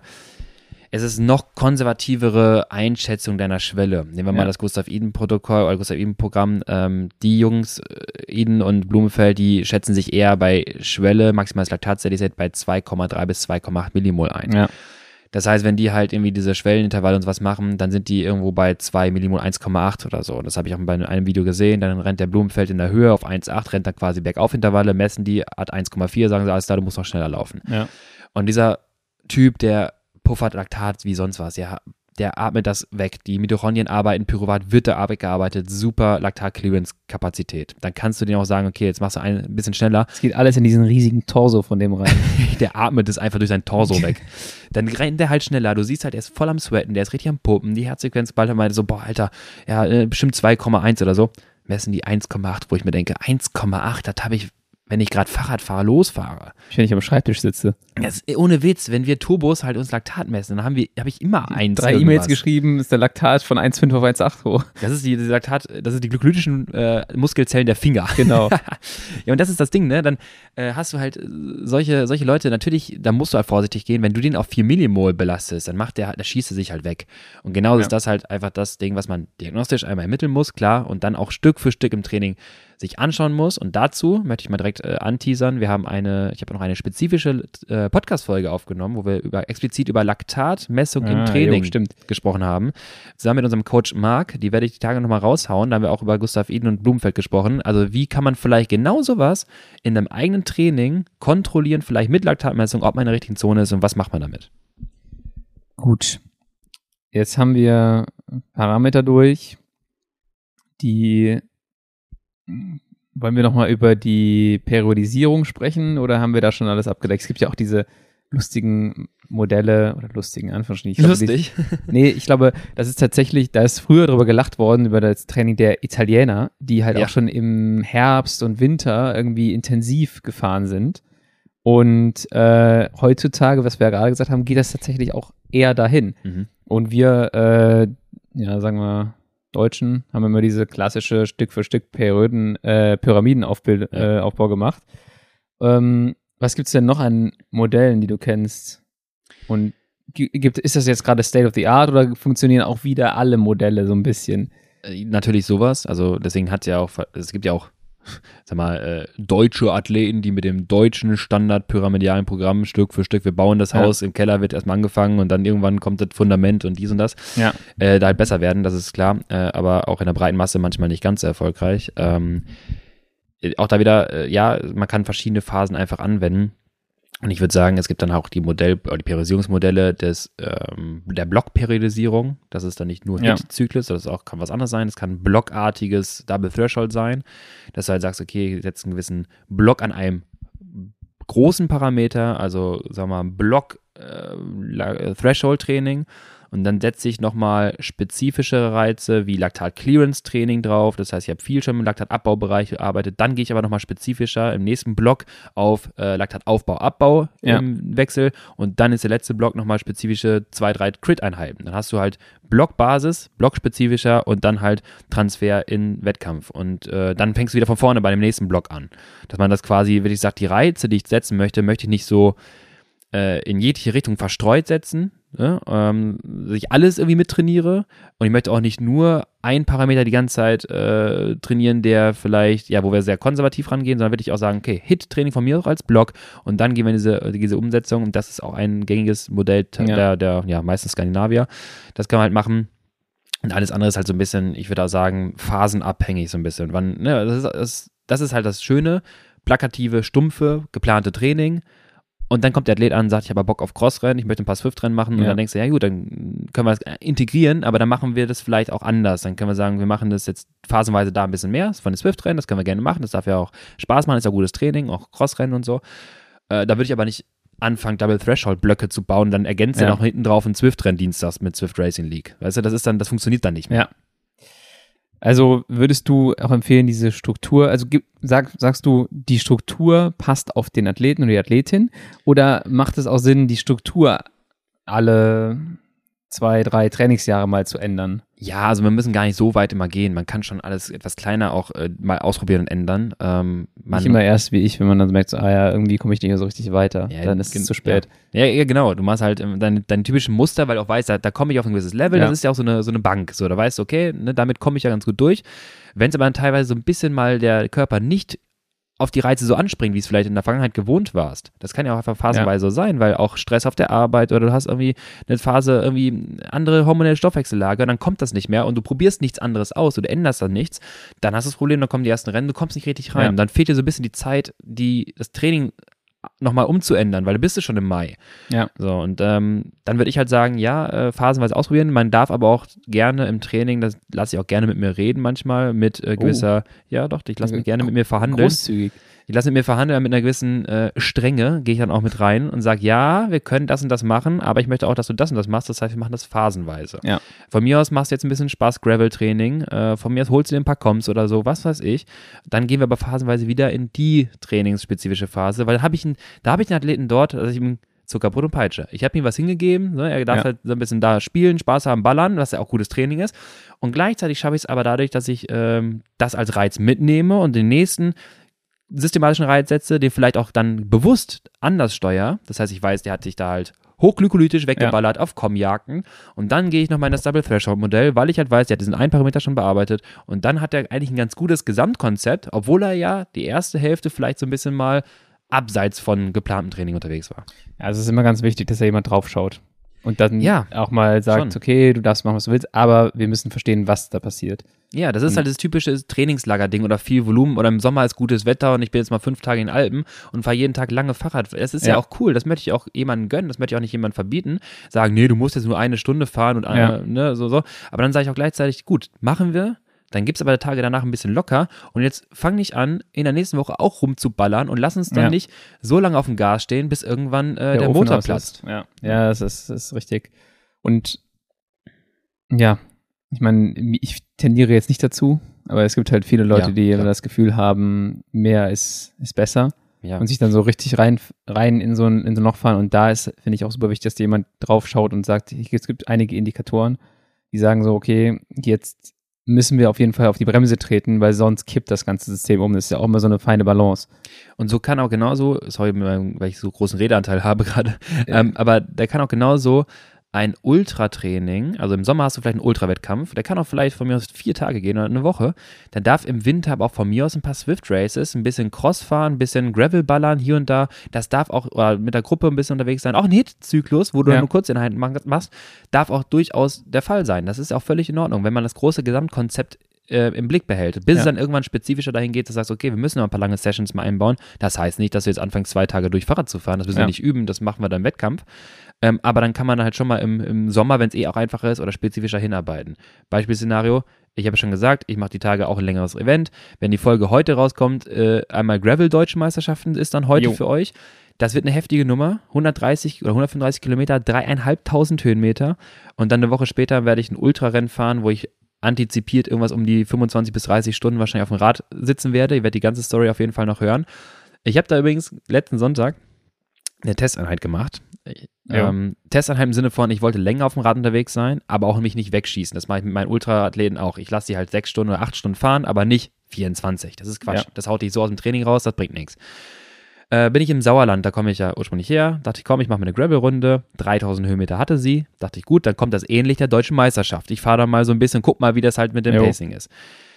noch konservativere Einschätzung deiner Schwelle. Nehmen wir mal das Gustav-Iden-Protokoll oder Gustav-Iden-Programm. Die Jungs, Iden und Blumenfeld, die schätzen sich eher bei Schwelle, maximales Laktat-Steady-State bei 2,3 bis 2,8 Millimol ein. Ja. Das heißt, wenn die halt irgendwie diese Schwellenintervalle und sowas machen, dann sind die irgendwo bei 2 Millimol 1,8 oder so. Das habe ich auch bei einem Video gesehen. Dann rennt der Blumenfeld in der Höhe auf 1,8, rennt dann quasi Bergauf-Intervalle, messen die, hat 1,4, sagen sie, alles klar, du musst noch schneller laufen. Ja. Und dieser Typ, der puffert Laktat wie sonst was, ja, der atmet das weg. Die Mitochondrien arbeiten, Pyruvat wird da gearbeitet, super Laktat-Clearance-Kapazität. Dann kannst du denen auch sagen, okay, jetzt machst du ein bisschen schneller. Es geht alles in diesen riesigen Torso von dem rein. Der atmet es einfach durch seinen Torso weg. Dann rennt der halt schneller, du siehst halt, er ist voll am Sweaten, der ist richtig am Pumpen, die Herzfrequenz bald meinte so, boah, Alter, ja, bestimmt 2,1 oder so. Messen die 1,8, wo ich mir denke, 1,8, das habe ich, wenn ich gerade Fahrrad fahre, losfahre. Wenn ich am Schreibtisch sitze. Das ist, ohne Witz, wenn wir Turbos halt uns Laktat messen, dann habe ich immer 3 E-Mails geschrieben, ist der Laktat von 1,5 auf 1,8 hoch. Das ist die glykolytischen Muskelzellen der Finger. Genau. Ja, und das ist das Ding, ne? Dann hast du halt solche Leute, natürlich, da musst du halt vorsichtig gehen, wenn du den auf 4 Millimol belastest, dann da schießt er sich halt weg. Und genauso ist das halt einfach das Ding, was man diagnostisch einmal ermitteln muss, klar, und dann auch Stück für Stück im Training sich anschauen muss. Und dazu möchte ich mal direkt anteasern. Ich habe noch eine spezifische Podcast-Folge aufgenommen, wo wir explizit über Laktatmessung im Training gesprochen haben. Zusammen mit unserem Coach Marc, die werde ich die Tage nochmal raushauen. Da haben wir auch über Gustav Iden und Blumenfeld gesprochen. Also wie kann man vielleicht genau sowas in einem eigenen Training kontrollieren, vielleicht mit Laktatmessung, ob man in der richtigen Zone ist und was macht man damit? Gut. Jetzt haben wir Parameter durch, die wollen wir nochmal über die Periodisierung sprechen oder haben wir da schon alles abgedeckt? Es gibt ja auch diese lustigen Modelle oder lustigen Anführungsstrichen. Lustig? Ich glaube, das ist tatsächlich, da ist früher drüber gelacht worden, über das Training der Italiener, die halt auch schon im Herbst und Winter irgendwie intensiv gefahren sind. Und heutzutage, was wir ja gerade gesagt haben, geht das tatsächlich auch eher dahin. Mhm. Und wir, sagen wir, Deutschen haben immer diese klassische Stück für Stück Pyramidenaufbau gemacht. Was gibt es denn noch an Modellen, die du kennst? Und ist das jetzt gerade State of the Art oder funktionieren auch wieder alle Modelle so ein bisschen? Natürlich sowas. Also deswegen es gibt ja auch sag mal, deutsche Athleten, die mit dem deutschen Standard-pyramidalen Programm Stück für Stück, wir bauen das Haus, im Keller wird erstmal angefangen und dann irgendwann kommt das Fundament und dies und das, da halt besser werden, das ist klar, aber auch in der breiten Masse manchmal nicht ganz so erfolgreich. Auch da wieder, man kann verschiedene Phasen einfach anwenden. Und ich würde sagen, es gibt dann auch die Periodisierungsmodelle der Block-Periodisierung. Das ist dann nicht nur Hit-Zyklus, das kann was anderes sein. Es kann blockartiges Double Threshold sein, dass du halt sagst, okay, setzt einen gewissen Block an einem großen Parameter, also sagen wir mal Block Threshold-Training. Und dann setze ich nochmal spezifischere Reize wie Laktat-Clearance-Training drauf. Das heißt, ich habe viel schon im Laktat-Abbaubereich gearbeitet. Dann gehe ich aber nochmal spezifischer im nächsten Block auf Laktat-Aufbau-Abbau im Wechsel. Und dann ist der letzte Block nochmal spezifische 2-3 Crit-Einheiten. Dann hast du halt Blockbasis, blockspezifischer und dann halt Transfer in Wettkampf. Und dann fängst du wieder von vorne bei dem nächsten Block an. Dass man das quasi, wenn ich sage, die Reize, die ich setzen möchte ich nicht so in jegliche Richtung verstreut setzen, dass ich alles irgendwie mittrainiere und ich möchte auch nicht nur einen Parameter die ganze Zeit trainieren, der vielleicht, wo wir sehr konservativ rangehen, sondern wirklich auch sagen, okay, Hit-Training von mir auch als Block und dann gehen wir in diese Umsetzung und das ist auch ein gängiges Modell der meisten Skandinavier. Das kann man halt machen. Und alles andere ist halt so ein bisschen, ich würde auch sagen, phasenabhängig so ein bisschen. Das ist halt das Schöne, plakative, stumpfe, geplante Training. Und dann kommt der Athlet an und sagt, ich habe Bock auf Crossrennen, ich möchte ein paar Swift-Rennen machen. Und dann denkst du, ja gut, dann können wir das integrieren, aber dann machen wir das vielleicht auch anders. Dann können wir sagen, wir machen das jetzt phasenweise da ein bisschen mehr von den Swift-Rennen, das können wir gerne machen, das darf ja auch Spaß machen, ist ja gutes Training, auch Crossrennen und so. Da würde ich aber nicht anfangen, Double-Threshold-Blöcke zu bauen, dann ergänzt er noch hinten drauf einen Swift-Rennen dienstags mit Swift Racing League. Weißt du, das funktioniert dann nicht mehr. Ja. Also würdest du auch empfehlen, diese Struktur, also sagst du, die Struktur passt auf den Athleten oder die Athletin oder macht es auch Sinn, die Struktur alle 2-3 Trainingsjahre mal zu ändern? Ja, also wir müssen gar nicht so weit immer gehen. Man kann schon alles etwas kleiner auch mal ausprobieren und ändern. Nicht immer erst wie ich, wenn man dann merkt, so, irgendwie komme ich nicht mehr so richtig weiter. Ja, dann ist es zu spät. Ja, genau. Du machst halt deine typischen Muster, weil du auch weißt, da komme ich auf ein gewisses Level. Das ist ja auch so eine Bank. So, da weißt du, okay, damit komme ich ja ganz gut durch. Wenn es aber dann teilweise so ein bisschen mal der Körper nicht auf die Reize so anspringen, wie es vielleicht in der Vergangenheit gewohnt warst. Das kann ja auch einfach phasenweise so sein, weil auch Stress auf der Arbeit oder du hast irgendwie eine Phase, irgendwie andere hormonelle Stoffwechsellage und dann kommt das nicht mehr und du probierst nichts anderes aus oder änderst dann nichts, dann hast du das Problem, dann kommen die ersten Rennen, du kommst nicht richtig rein. Und dann fehlt dir so ein bisschen die Zeit, das Training nochmal umzuändern, weil du bist schon im Mai. Ja. So, und dann würde ich halt sagen, phasenweise ausprobieren. Man darf aber auch gerne im Training, das lasse ich auch gerne mit mir reden manchmal, mit gewisser, ich lasse mich gerne mit mir verhandeln. Großzügig. Ich lasse mit mir verhandeln, mit einer gewissen Strenge gehe ich dann auch mit rein und sage, ja, wir können das und das machen, aber ich möchte auch, dass du das und das machst, das heißt, wir machen das phasenweise. Ja. Von mir aus machst du jetzt ein bisschen Spaß-Gravel-Training, von mir aus holst du dir ein paar Comps oder so, was weiß ich, dann gehen wir aber phasenweise wieder in die trainingsspezifische Phase, weil da habe ich einen Athleten dort, dass ich ihm Zuckerbrot und Peitsche. Ich habe ihm was hingegeben, er darf halt so ein bisschen da spielen, Spaß haben, ballern, was ja auch gutes Training ist und gleichzeitig schaffe ich es aber dadurch, dass ich das als Reiz mitnehme und den nächsten systematischen Reiz setze, den vielleicht auch dann bewusst anders steuere. Das heißt, ich weiß, der hat sich da halt hochglykolytisch weggeballert auf Com-Jagden und dann gehe ich nochmal in das Double Threshold Modell, weil ich halt weiß, der hat diesen einen Parameter schon bearbeitet und dann hat er eigentlich ein ganz gutes Gesamtkonzept, obwohl er die erste Hälfte vielleicht so ein bisschen mal abseits von geplantem Training unterwegs war. Ja, also es ist immer ganz wichtig, dass da jemand drauf schaut und dann auch mal sagt, okay, du darfst machen, was du willst, aber wir müssen verstehen, was da passiert. Ja, das ist halt das typische Trainingslager-Ding oder viel Volumen oder im Sommer ist gutes Wetter und ich bin jetzt mal 5 Tage in den Alpen und fahre jeden Tag lange Fahrrad. Das ist ja auch cool, das möchte ich auch jemandem gönnen, das möchte ich auch nicht jemandem verbieten. Sagen, nee, du musst jetzt nur 1 Stunde fahren und so. Aber dann sage ich auch gleichzeitig, gut, machen wir. Dann gibt es aber Tage danach ein bisschen locker und jetzt fang nicht an, in der nächsten Woche auch rumzuballern und lass uns dann nicht so lange auf dem Gas stehen, bis irgendwann der Motor platzt. Ja, das ist richtig. Und ich meine, ich tendiere jetzt nicht dazu, aber es gibt halt viele Leute, die das Gefühl haben, mehr ist besser und sich dann so richtig rein in so ein Loch fahren und da ist, finde ich, auch super wichtig, dass jemand drauf schaut und sagt, es gibt einige Indikatoren, die sagen so, okay, jetzt müssen wir auf jeden Fall auf die Bremse treten, weil sonst kippt das ganze System um. Das ist ja auch immer so eine feine Balance. Und so kann auch genauso, sorry, weil ich so großen Redeanteil habe gerade, aber der kann auch genauso ein Ultratraining, also im Sommer hast du vielleicht einen Ultrawettkampf, der kann auch vielleicht von mir aus 4 Tage gehen oder eine Woche, dann darf im Winter aber auch von mir aus ein paar Swift Races, ein bisschen Cross fahren, ein bisschen Gravel ballern hier und da, das darf auch oder mit der Gruppe ein bisschen unterwegs sein, auch ein Hit-Zyklus, wo du dann nur Kurzeinheiten machst, darf auch durchaus der Fall sein, das ist auch völlig in Ordnung, wenn man das große Gesamtkonzept im Blick behält, bis es dann irgendwann spezifischer dahin geht, dass du sagst, okay, wir müssen noch ein paar lange Sessions mal einbauen. Das heißt nicht, dass du jetzt anfängst, 2 Tage durch Fahrrad zu fahren, das müssen wir nicht üben, das machen wir dann im Wettkampf. Aber dann kann man halt schon mal im Sommer, wenn es auch einfacher ist oder spezifischer hinarbeiten. Beispielszenario, ich habe schon gesagt, ich mache die Tage auch ein längeres Event. Wenn die Folge heute rauskommt, einmal Gravel-Deutsche Meisterschaften ist dann heute für euch. Das wird eine heftige Nummer, 130 oder 135 Kilometer, 3.500 Höhenmeter und dann eine Woche später werde ich ein Ultrarennen fahren, wo ich antizipiert irgendwas um die 25 bis 30 Stunden wahrscheinlich auf dem Rad sitzen werde. Ihr werdet die ganze Story auf jeden Fall noch hören. Ich habe da übrigens letzten Sonntag eine Testeinheit gemacht. Testeinheit im Sinne von, ich wollte länger auf dem Rad unterwegs sein, aber auch mich nicht wegschießen. Das mache ich mit meinen Ultraathleten auch. Ich lasse die halt 6 Stunden oder 8 Stunden fahren, aber nicht 24. Das ist Quatsch. Das haut dich so aus dem Training raus, das bringt nichts. Bin ich im Sauerland, da komme ich ja ursprünglich her, dachte ich, komm, ich mache mir eine Gravel-Runde, 3.000 Höhenmeter hatte sie, dachte ich, gut, dann kommt das ähnlich der Deutschen Meisterschaft. Ich fahre da mal so ein bisschen, guck mal, wie das halt mit dem Pacing ist.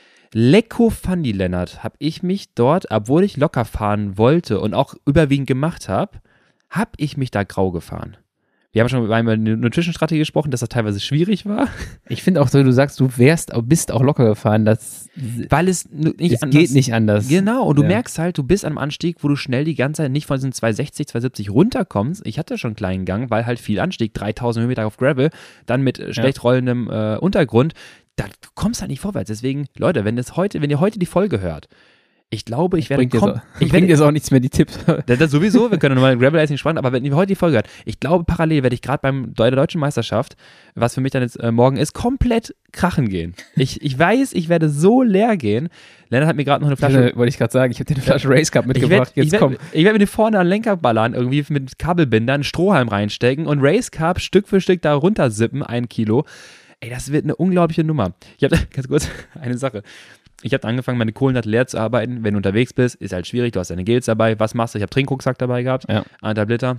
Lecko Fandi, Lennart, habe ich mich dort, obwohl ich locker fahren wollte und auch überwiegend gemacht habe ich mich da grau gefahren. Wir haben schon über eine Nutrition-Strategie gesprochen, dass das teilweise schwierig war. Ich finde auch so, du sagst, bist auch locker gefahren, weil es nicht anders geht nicht anders. Genau, und du merkst halt, du bist an einem Anstieg, wo du schnell die ganze Zeit nicht von diesen 260, 270 runterkommst. Ich hatte schon einen kleinen Gang, weil halt viel Anstieg, 3.000 Höhenmeter auf Gravel, dann mit schlecht rollendem Untergrund. Da du kommst halt nicht vorwärts. Deswegen, Leute, wenn ihr heute die Folge hört, ich glaube, ich werde bringt jetzt auch nichts mehr, die Tipps. Das sowieso, wir können nochmal Gravel Racing spannend, aber wenn ihr heute die Folge hört, ich glaube, parallel werde ich gerade der Deutschen Meisterschaft, was für mich dann jetzt morgen ist, komplett krachen gehen. Ich weiß, ich werde so leer gehen. Lennart hat mir gerade noch eine Flasche... Wollte ich gerade sagen, ich habe dir eine Flasche Race Cup mitgebracht. Ich werde mir die vorne an den Lenker ballern, irgendwie mit Kabelbinder, einen Strohhalm reinstecken und Race Cup Stück für Stück da runter sippen, 1 Kilo. Ey, das wird eine unglaubliche Nummer. Ich habe ganz kurz eine Sache. Ich habe angefangen, meine Kohlenhydrate leer zu arbeiten. Wenn du unterwegs bist, ist halt schwierig. Du hast deine Gels dabei. Was machst du? Ich habe Trinkrucksack dabei gehabt. 1,5 Liter.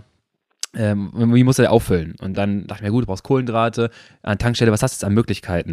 Wie musst du den auffüllen? Und dann dachte ich mir, gut, du brauchst Kohlenhydrate. An der Tankstelle, was hast du jetzt an Möglichkeiten?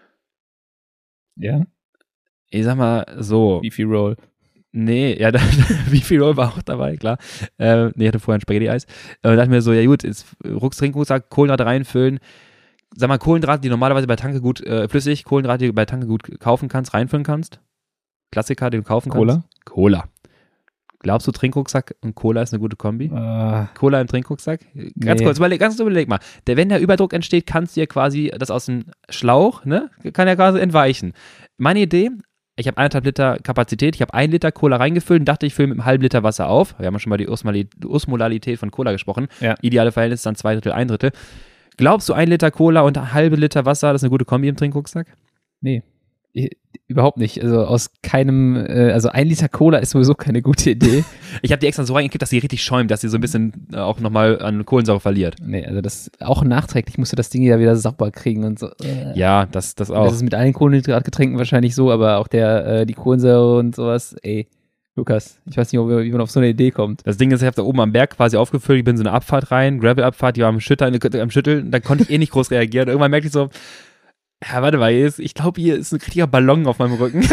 Ja. Ich sag mal so. Beefy Roll. Nee, ja, Beefy Roll war auch dabei, klar. Ich hatte vorher ein Spaghetti-Eis. Dachte mir so, ja gut, jetzt Trinkrucksack, Kohlenhydrate reinfüllen. Sag mal, Kohlenhydrate, die normalerweise bei Tanke gut, flüssig, Kohlenhydrate, die du bei Tanke gut kaufen kannst, reinfüllen kannst. Klassiker, den du kaufen kannst. Cola. Glaubst du, Trinkrucksack und Cola ist eine gute Kombi? Cola im Trinkrucksack? Ganz kurz, überleg mal. Wenn der Überdruck entsteht, kannst du ja quasi das aus dem Schlauch, ne, kann ja quasi entweichen. Meine Idee, ich habe 1,5 Liter Kapazität, ich habe 1 Liter Cola reingefüllt und dachte, ich fülle mit einem halben Liter Wasser auf. Wir haben ja schon mal die Osmolarität von Cola gesprochen. Ja. Ideale Verhältnis ist dann 2 Drittel, 1 Drittel. Glaubst du, 1 Liter Cola und 1/2 Liter Wasser, das ist eine gute Kombi im Trinkrucksack? Nee, überhaupt nicht. Also aus keinem, 1 Liter Cola ist sowieso keine gute Idee. Ich habe die extra so reingekippt, dass sie richtig schäumt, dass sie so ein bisschen auch nochmal an Kohlensäure verliert. Nee, also das auch nachträglich musst du das Ding ja wieder sauber kriegen und so. Ja, das auch. Das ist mit allen Kohlenhydratgetränken wahrscheinlich so, aber auch die Kohlensäure und sowas, Lukas, ich weiß nicht, wie man auf so eine Idee kommt. Das Ding ist, ich habe da oben am Berg quasi aufgefüllt, ich bin so eine Abfahrt rein, Gravel-Abfahrt, die war am Schütteln, da konnte ich nicht groß reagieren. Irgendwann merkte ich so, ja, warte mal, ich glaube, hier ist ein richtiger Ballon auf meinem Rücken.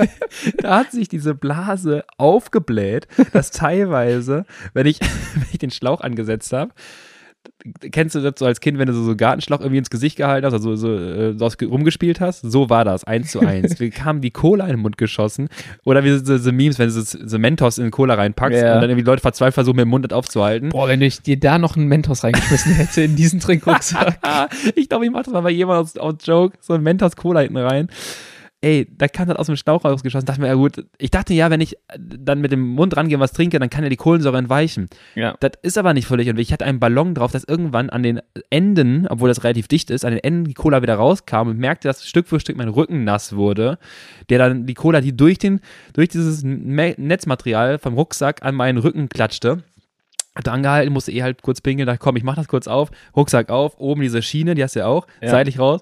Da hat sich diese Blase aufgebläht, dass teilweise, wenn ich den Schlauch angesetzt habe, kennst du das so als Kind, wenn du so Gartenschlauch irgendwie ins Gesicht gehalten hast, also so rumgespielt hast? So war das, 1:1. Wir kamen die Cola in den Mund geschossen. Oder wie so Memes, wenn du so Mentos in Cola reinpackst und dann irgendwie Leute verzweifelt versuchen, mit dem Mund das aufzuhalten. Boah, wenn ich dir da noch einen Mentos reingeschmissen hätte in diesen Trinkrucksack. Ich glaube, ich mache das mal bei jemandem aus Joke, so ein Mentos-Cola hinten rein. Ey, da kam das aus dem Schlauch rausgeschossen. Dachte mir, ja gut, ich dachte ja, wenn ich dann mit dem Mund rangehe und was trinke, dann kann ja die Kohlensäure entweichen. Ja. Das ist aber nicht völlig. Und ich hatte einen Ballon drauf, dass irgendwann an den Enden, obwohl das relativ dicht ist, an den Enden die Cola wieder rauskam und merkte, dass Stück für Stück mein Rücken nass wurde, der dann die Cola, die durch dieses Netzmaterial vom Rucksack an meinen Rücken klatschte. Hatte angehalten, musste halt kurz pinkeln, dachte, komm, ich mach das kurz auf, Rucksack auf, oben diese Schiene, die hast du ja auch, seitlich raus.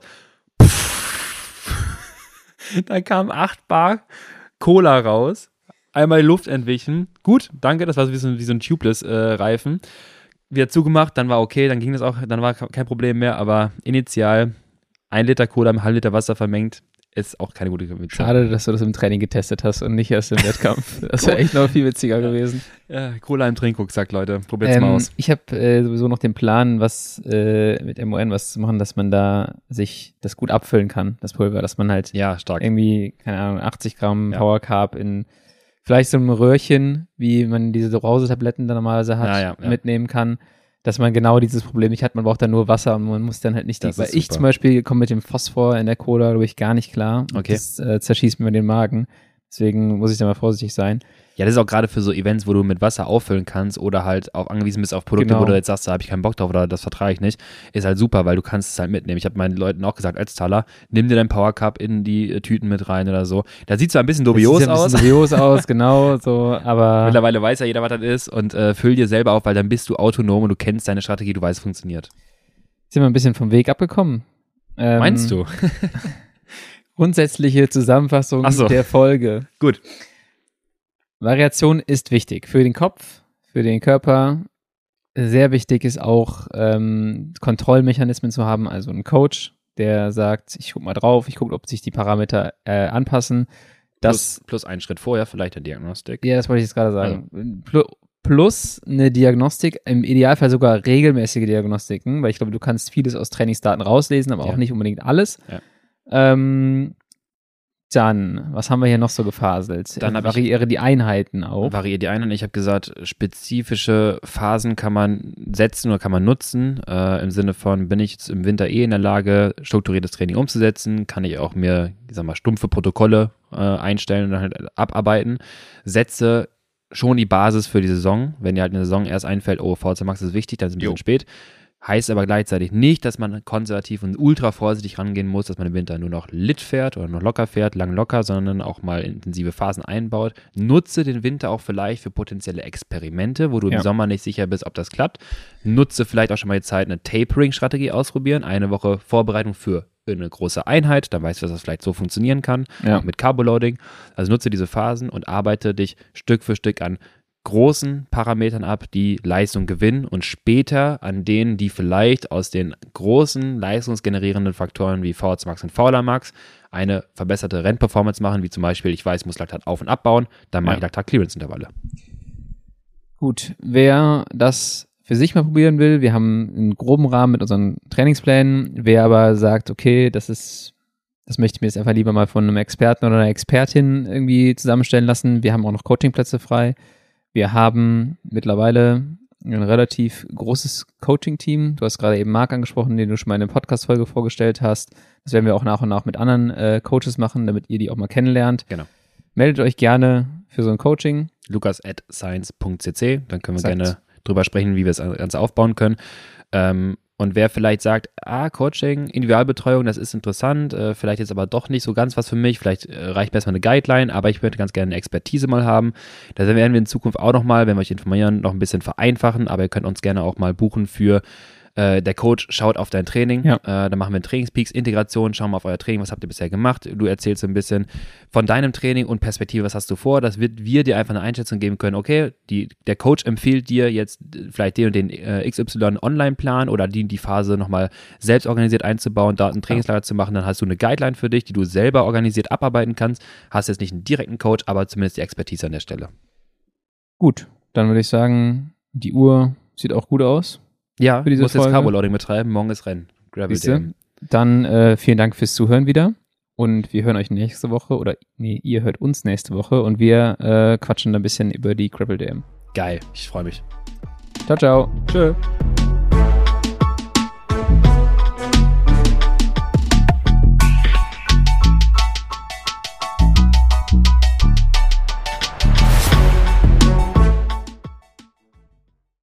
Da kamen 8 Bar Cola raus, einmal die Luft entwichen. Gut, danke, das war so wie so ein Tubeless-Reifen. wieder zugemacht, dann war okay, dann ging das auch, dann war kein Problem mehr, aber initial 1 Liter Cola im halben Liter Wasser vermengt, ist auch keine gute Kombination. Schade, dass du das im Training getestet hast und nicht erst im Wettkampf. Das wäre echt noch viel witziger gewesen. Ja, Cola im Trinkrucksack, Leute. Probiert's mal aus. Ich habe sowieso noch den Plan, was mit MON was zu machen, dass man da sich das gut abfüllen kann, das Pulver, dass man halt stark. irgendwie, keine Ahnung, 80 Gramm Power Carb in vielleicht so einem Röhrchen, wie man diese Brausetabletten dann normalerweise hat, mitnehmen kann, dass man genau dieses Problem nicht hat. Man braucht dann nur Wasser und man muss dann halt nicht, weil ich zum Beispiel komme mit dem Phosphor in der Cola, glaube ich, gar nicht klar. Okay. Das zerschießt mir den Magen. Deswegen muss ich da mal vorsichtig sein. Ja, das ist auch gerade für so Events, wo du mit Wasser auffüllen kannst oder halt auch angewiesen bist auf Produkte, wo du jetzt sagst, da habe ich keinen Bock drauf oder das vertrage ich nicht, ist halt super, weil du kannst es halt mitnehmen. Ich habe meinen Leuten auch gesagt, als Taler, nimm dir deinen Power Cup in die Tüten mit rein oder so. Da sieht zwar ein bisschen dubios aus. Dubios aus, genau, so, aber mittlerweile weiß ja jeder, was das ist und füll dir selber auf, weil dann bist du autonom und du kennst deine Strategie, du weißt, es funktioniert. Sind wir ein bisschen vom Weg abgekommen. Meinst du? Grundsätzliche Zusammenfassung der Folge. Gut. Variation ist wichtig für den Kopf, für den Körper. Sehr wichtig ist auch, Kontrollmechanismen zu haben, also einen Coach, der sagt, ich gucke mal drauf, ich gucke, ob sich die Parameter anpassen. Plus einen Schritt vorher, vielleicht eine Diagnostik. Ja, das wollte ich jetzt gerade sagen. Also. Plus eine Diagnostik, im Idealfall sogar regelmäßige Diagnostiken, weil ich glaube, du kannst vieles aus Trainingsdaten rauslesen, aber auch nicht unbedingt alles. Ja. Dann, was haben wir hier noch so gefaselt? Dann variiere die Einheiten auch. Variiere die Einheiten. Ich habe gesagt, spezifische Phasen kann man setzen oder kann man nutzen. Im Sinne von, bin ich jetzt im Winter in der Lage, strukturiertes Training umzusetzen, kann ich auch mir, ich sag mal, stumpfe Protokolle einstellen und dann halt abarbeiten. Setze schon die Basis für die Saison. Wenn dir halt eine Saison erst einfällt, oh, VZ Max ist wichtig, dann ist es ein bisschen spät. Heißt aber gleichzeitig nicht, dass man konservativ und ultra vorsichtig rangehen muss, dass man im Winter nur noch lit fährt oder noch locker fährt, lang locker, sondern auch mal intensive Phasen einbaut. Nutze den Winter auch vielleicht für potenzielle Experimente, wo du im Sommer nicht sicher bist, ob das klappt. Nutze vielleicht auch schon mal die Zeit, eine Tapering-Strategie ausprobieren. Eine Woche Vorbereitung für eine große Einheit, dann weißt du, dass das vielleicht so funktionieren kann, auch mit Carboloading. Also nutze diese Phasen und arbeite dich Stück für Stück an großen Parametern ab, die Leistung gewinnen und später an denen, die vielleicht aus den großen leistungsgenerierenden Faktoren wie VO2 Max und VLA Max eine verbesserte Rennperformance machen, wie zum Beispiel, ich weiß, ich muss Laktat auf- und abbauen, dann mache ich Laktat-Clearance-Intervalle. Gut, wer das für sich mal probieren will, wir haben einen groben Rahmen mit unseren Trainingsplänen, wer aber sagt, okay, das möchte ich mir jetzt einfach lieber mal von einem Experten oder einer Expertin irgendwie zusammenstellen lassen, wir haben auch noch Coachingplätze frei. Wir haben mittlerweile ein relativ großes Coaching-Team. Du hast gerade eben Marc angesprochen, den du schon mal in der Podcast-Folge vorgestellt hast. Das werden wir auch nach und nach mit anderen Coaches machen, damit ihr die auch mal kennenlernt. Genau. Meldet euch gerne für so ein Coaching. lukas@science.cc, dann können wir gerne drüber sprechen, wie wir das Ganze aufbauen können. Und wer vielleicht sagt, Coaching, Individualbetreuung, das ist interessant, vielleicht jetzt aber doch nicht so ganz was für mich, vielleicht reicht besser eine Guideline, aber ich würde ganz gerne eine Expertise mal haben. Da werden wir in Zukunft auch nochmal, wenn wir euch informieren, noch ein bisschen vereinfachen, aber ihr könnt uns gerne auch mal buchen für der Coach schaut auf dein Training, dann machen wir einen Trainingspeaks, Integration, schauen wir auf euer Training, was habt ihr bisher gemacht, du erzählst so ein bisschen von deinem Training und Perspektive, was hast du vor, dass wir dir einfach eine Einschätzung geben können, okay, der Coach empfiehlt dir jetzt vielleicht den und den XY Online-Plan oder die Phase nochmal selbst organisiert einzubauen, da ein Trainingslager zu machen, dann hast du eine Guideline für dich, die du selber organisiert abarbeiten kannst, hast jetzt nicht einen direkten Coach, aber zumindest die Expertise an der Stelle. Gut, dann würde ich sagen, die Uhr sieht auch gut aus. Ja, ich muss jetzt Carboloading betreiben, morgen ist Rennen. Gravel DM. Dann vielen Dank fürs Zuhören wieder und wir hören euch nächste Woche ihr hört uns nächste Woche und wir quatschen ein bisschen über die Gravel DM. Geil, ich freue mich. Ciao, ciao. Tschö.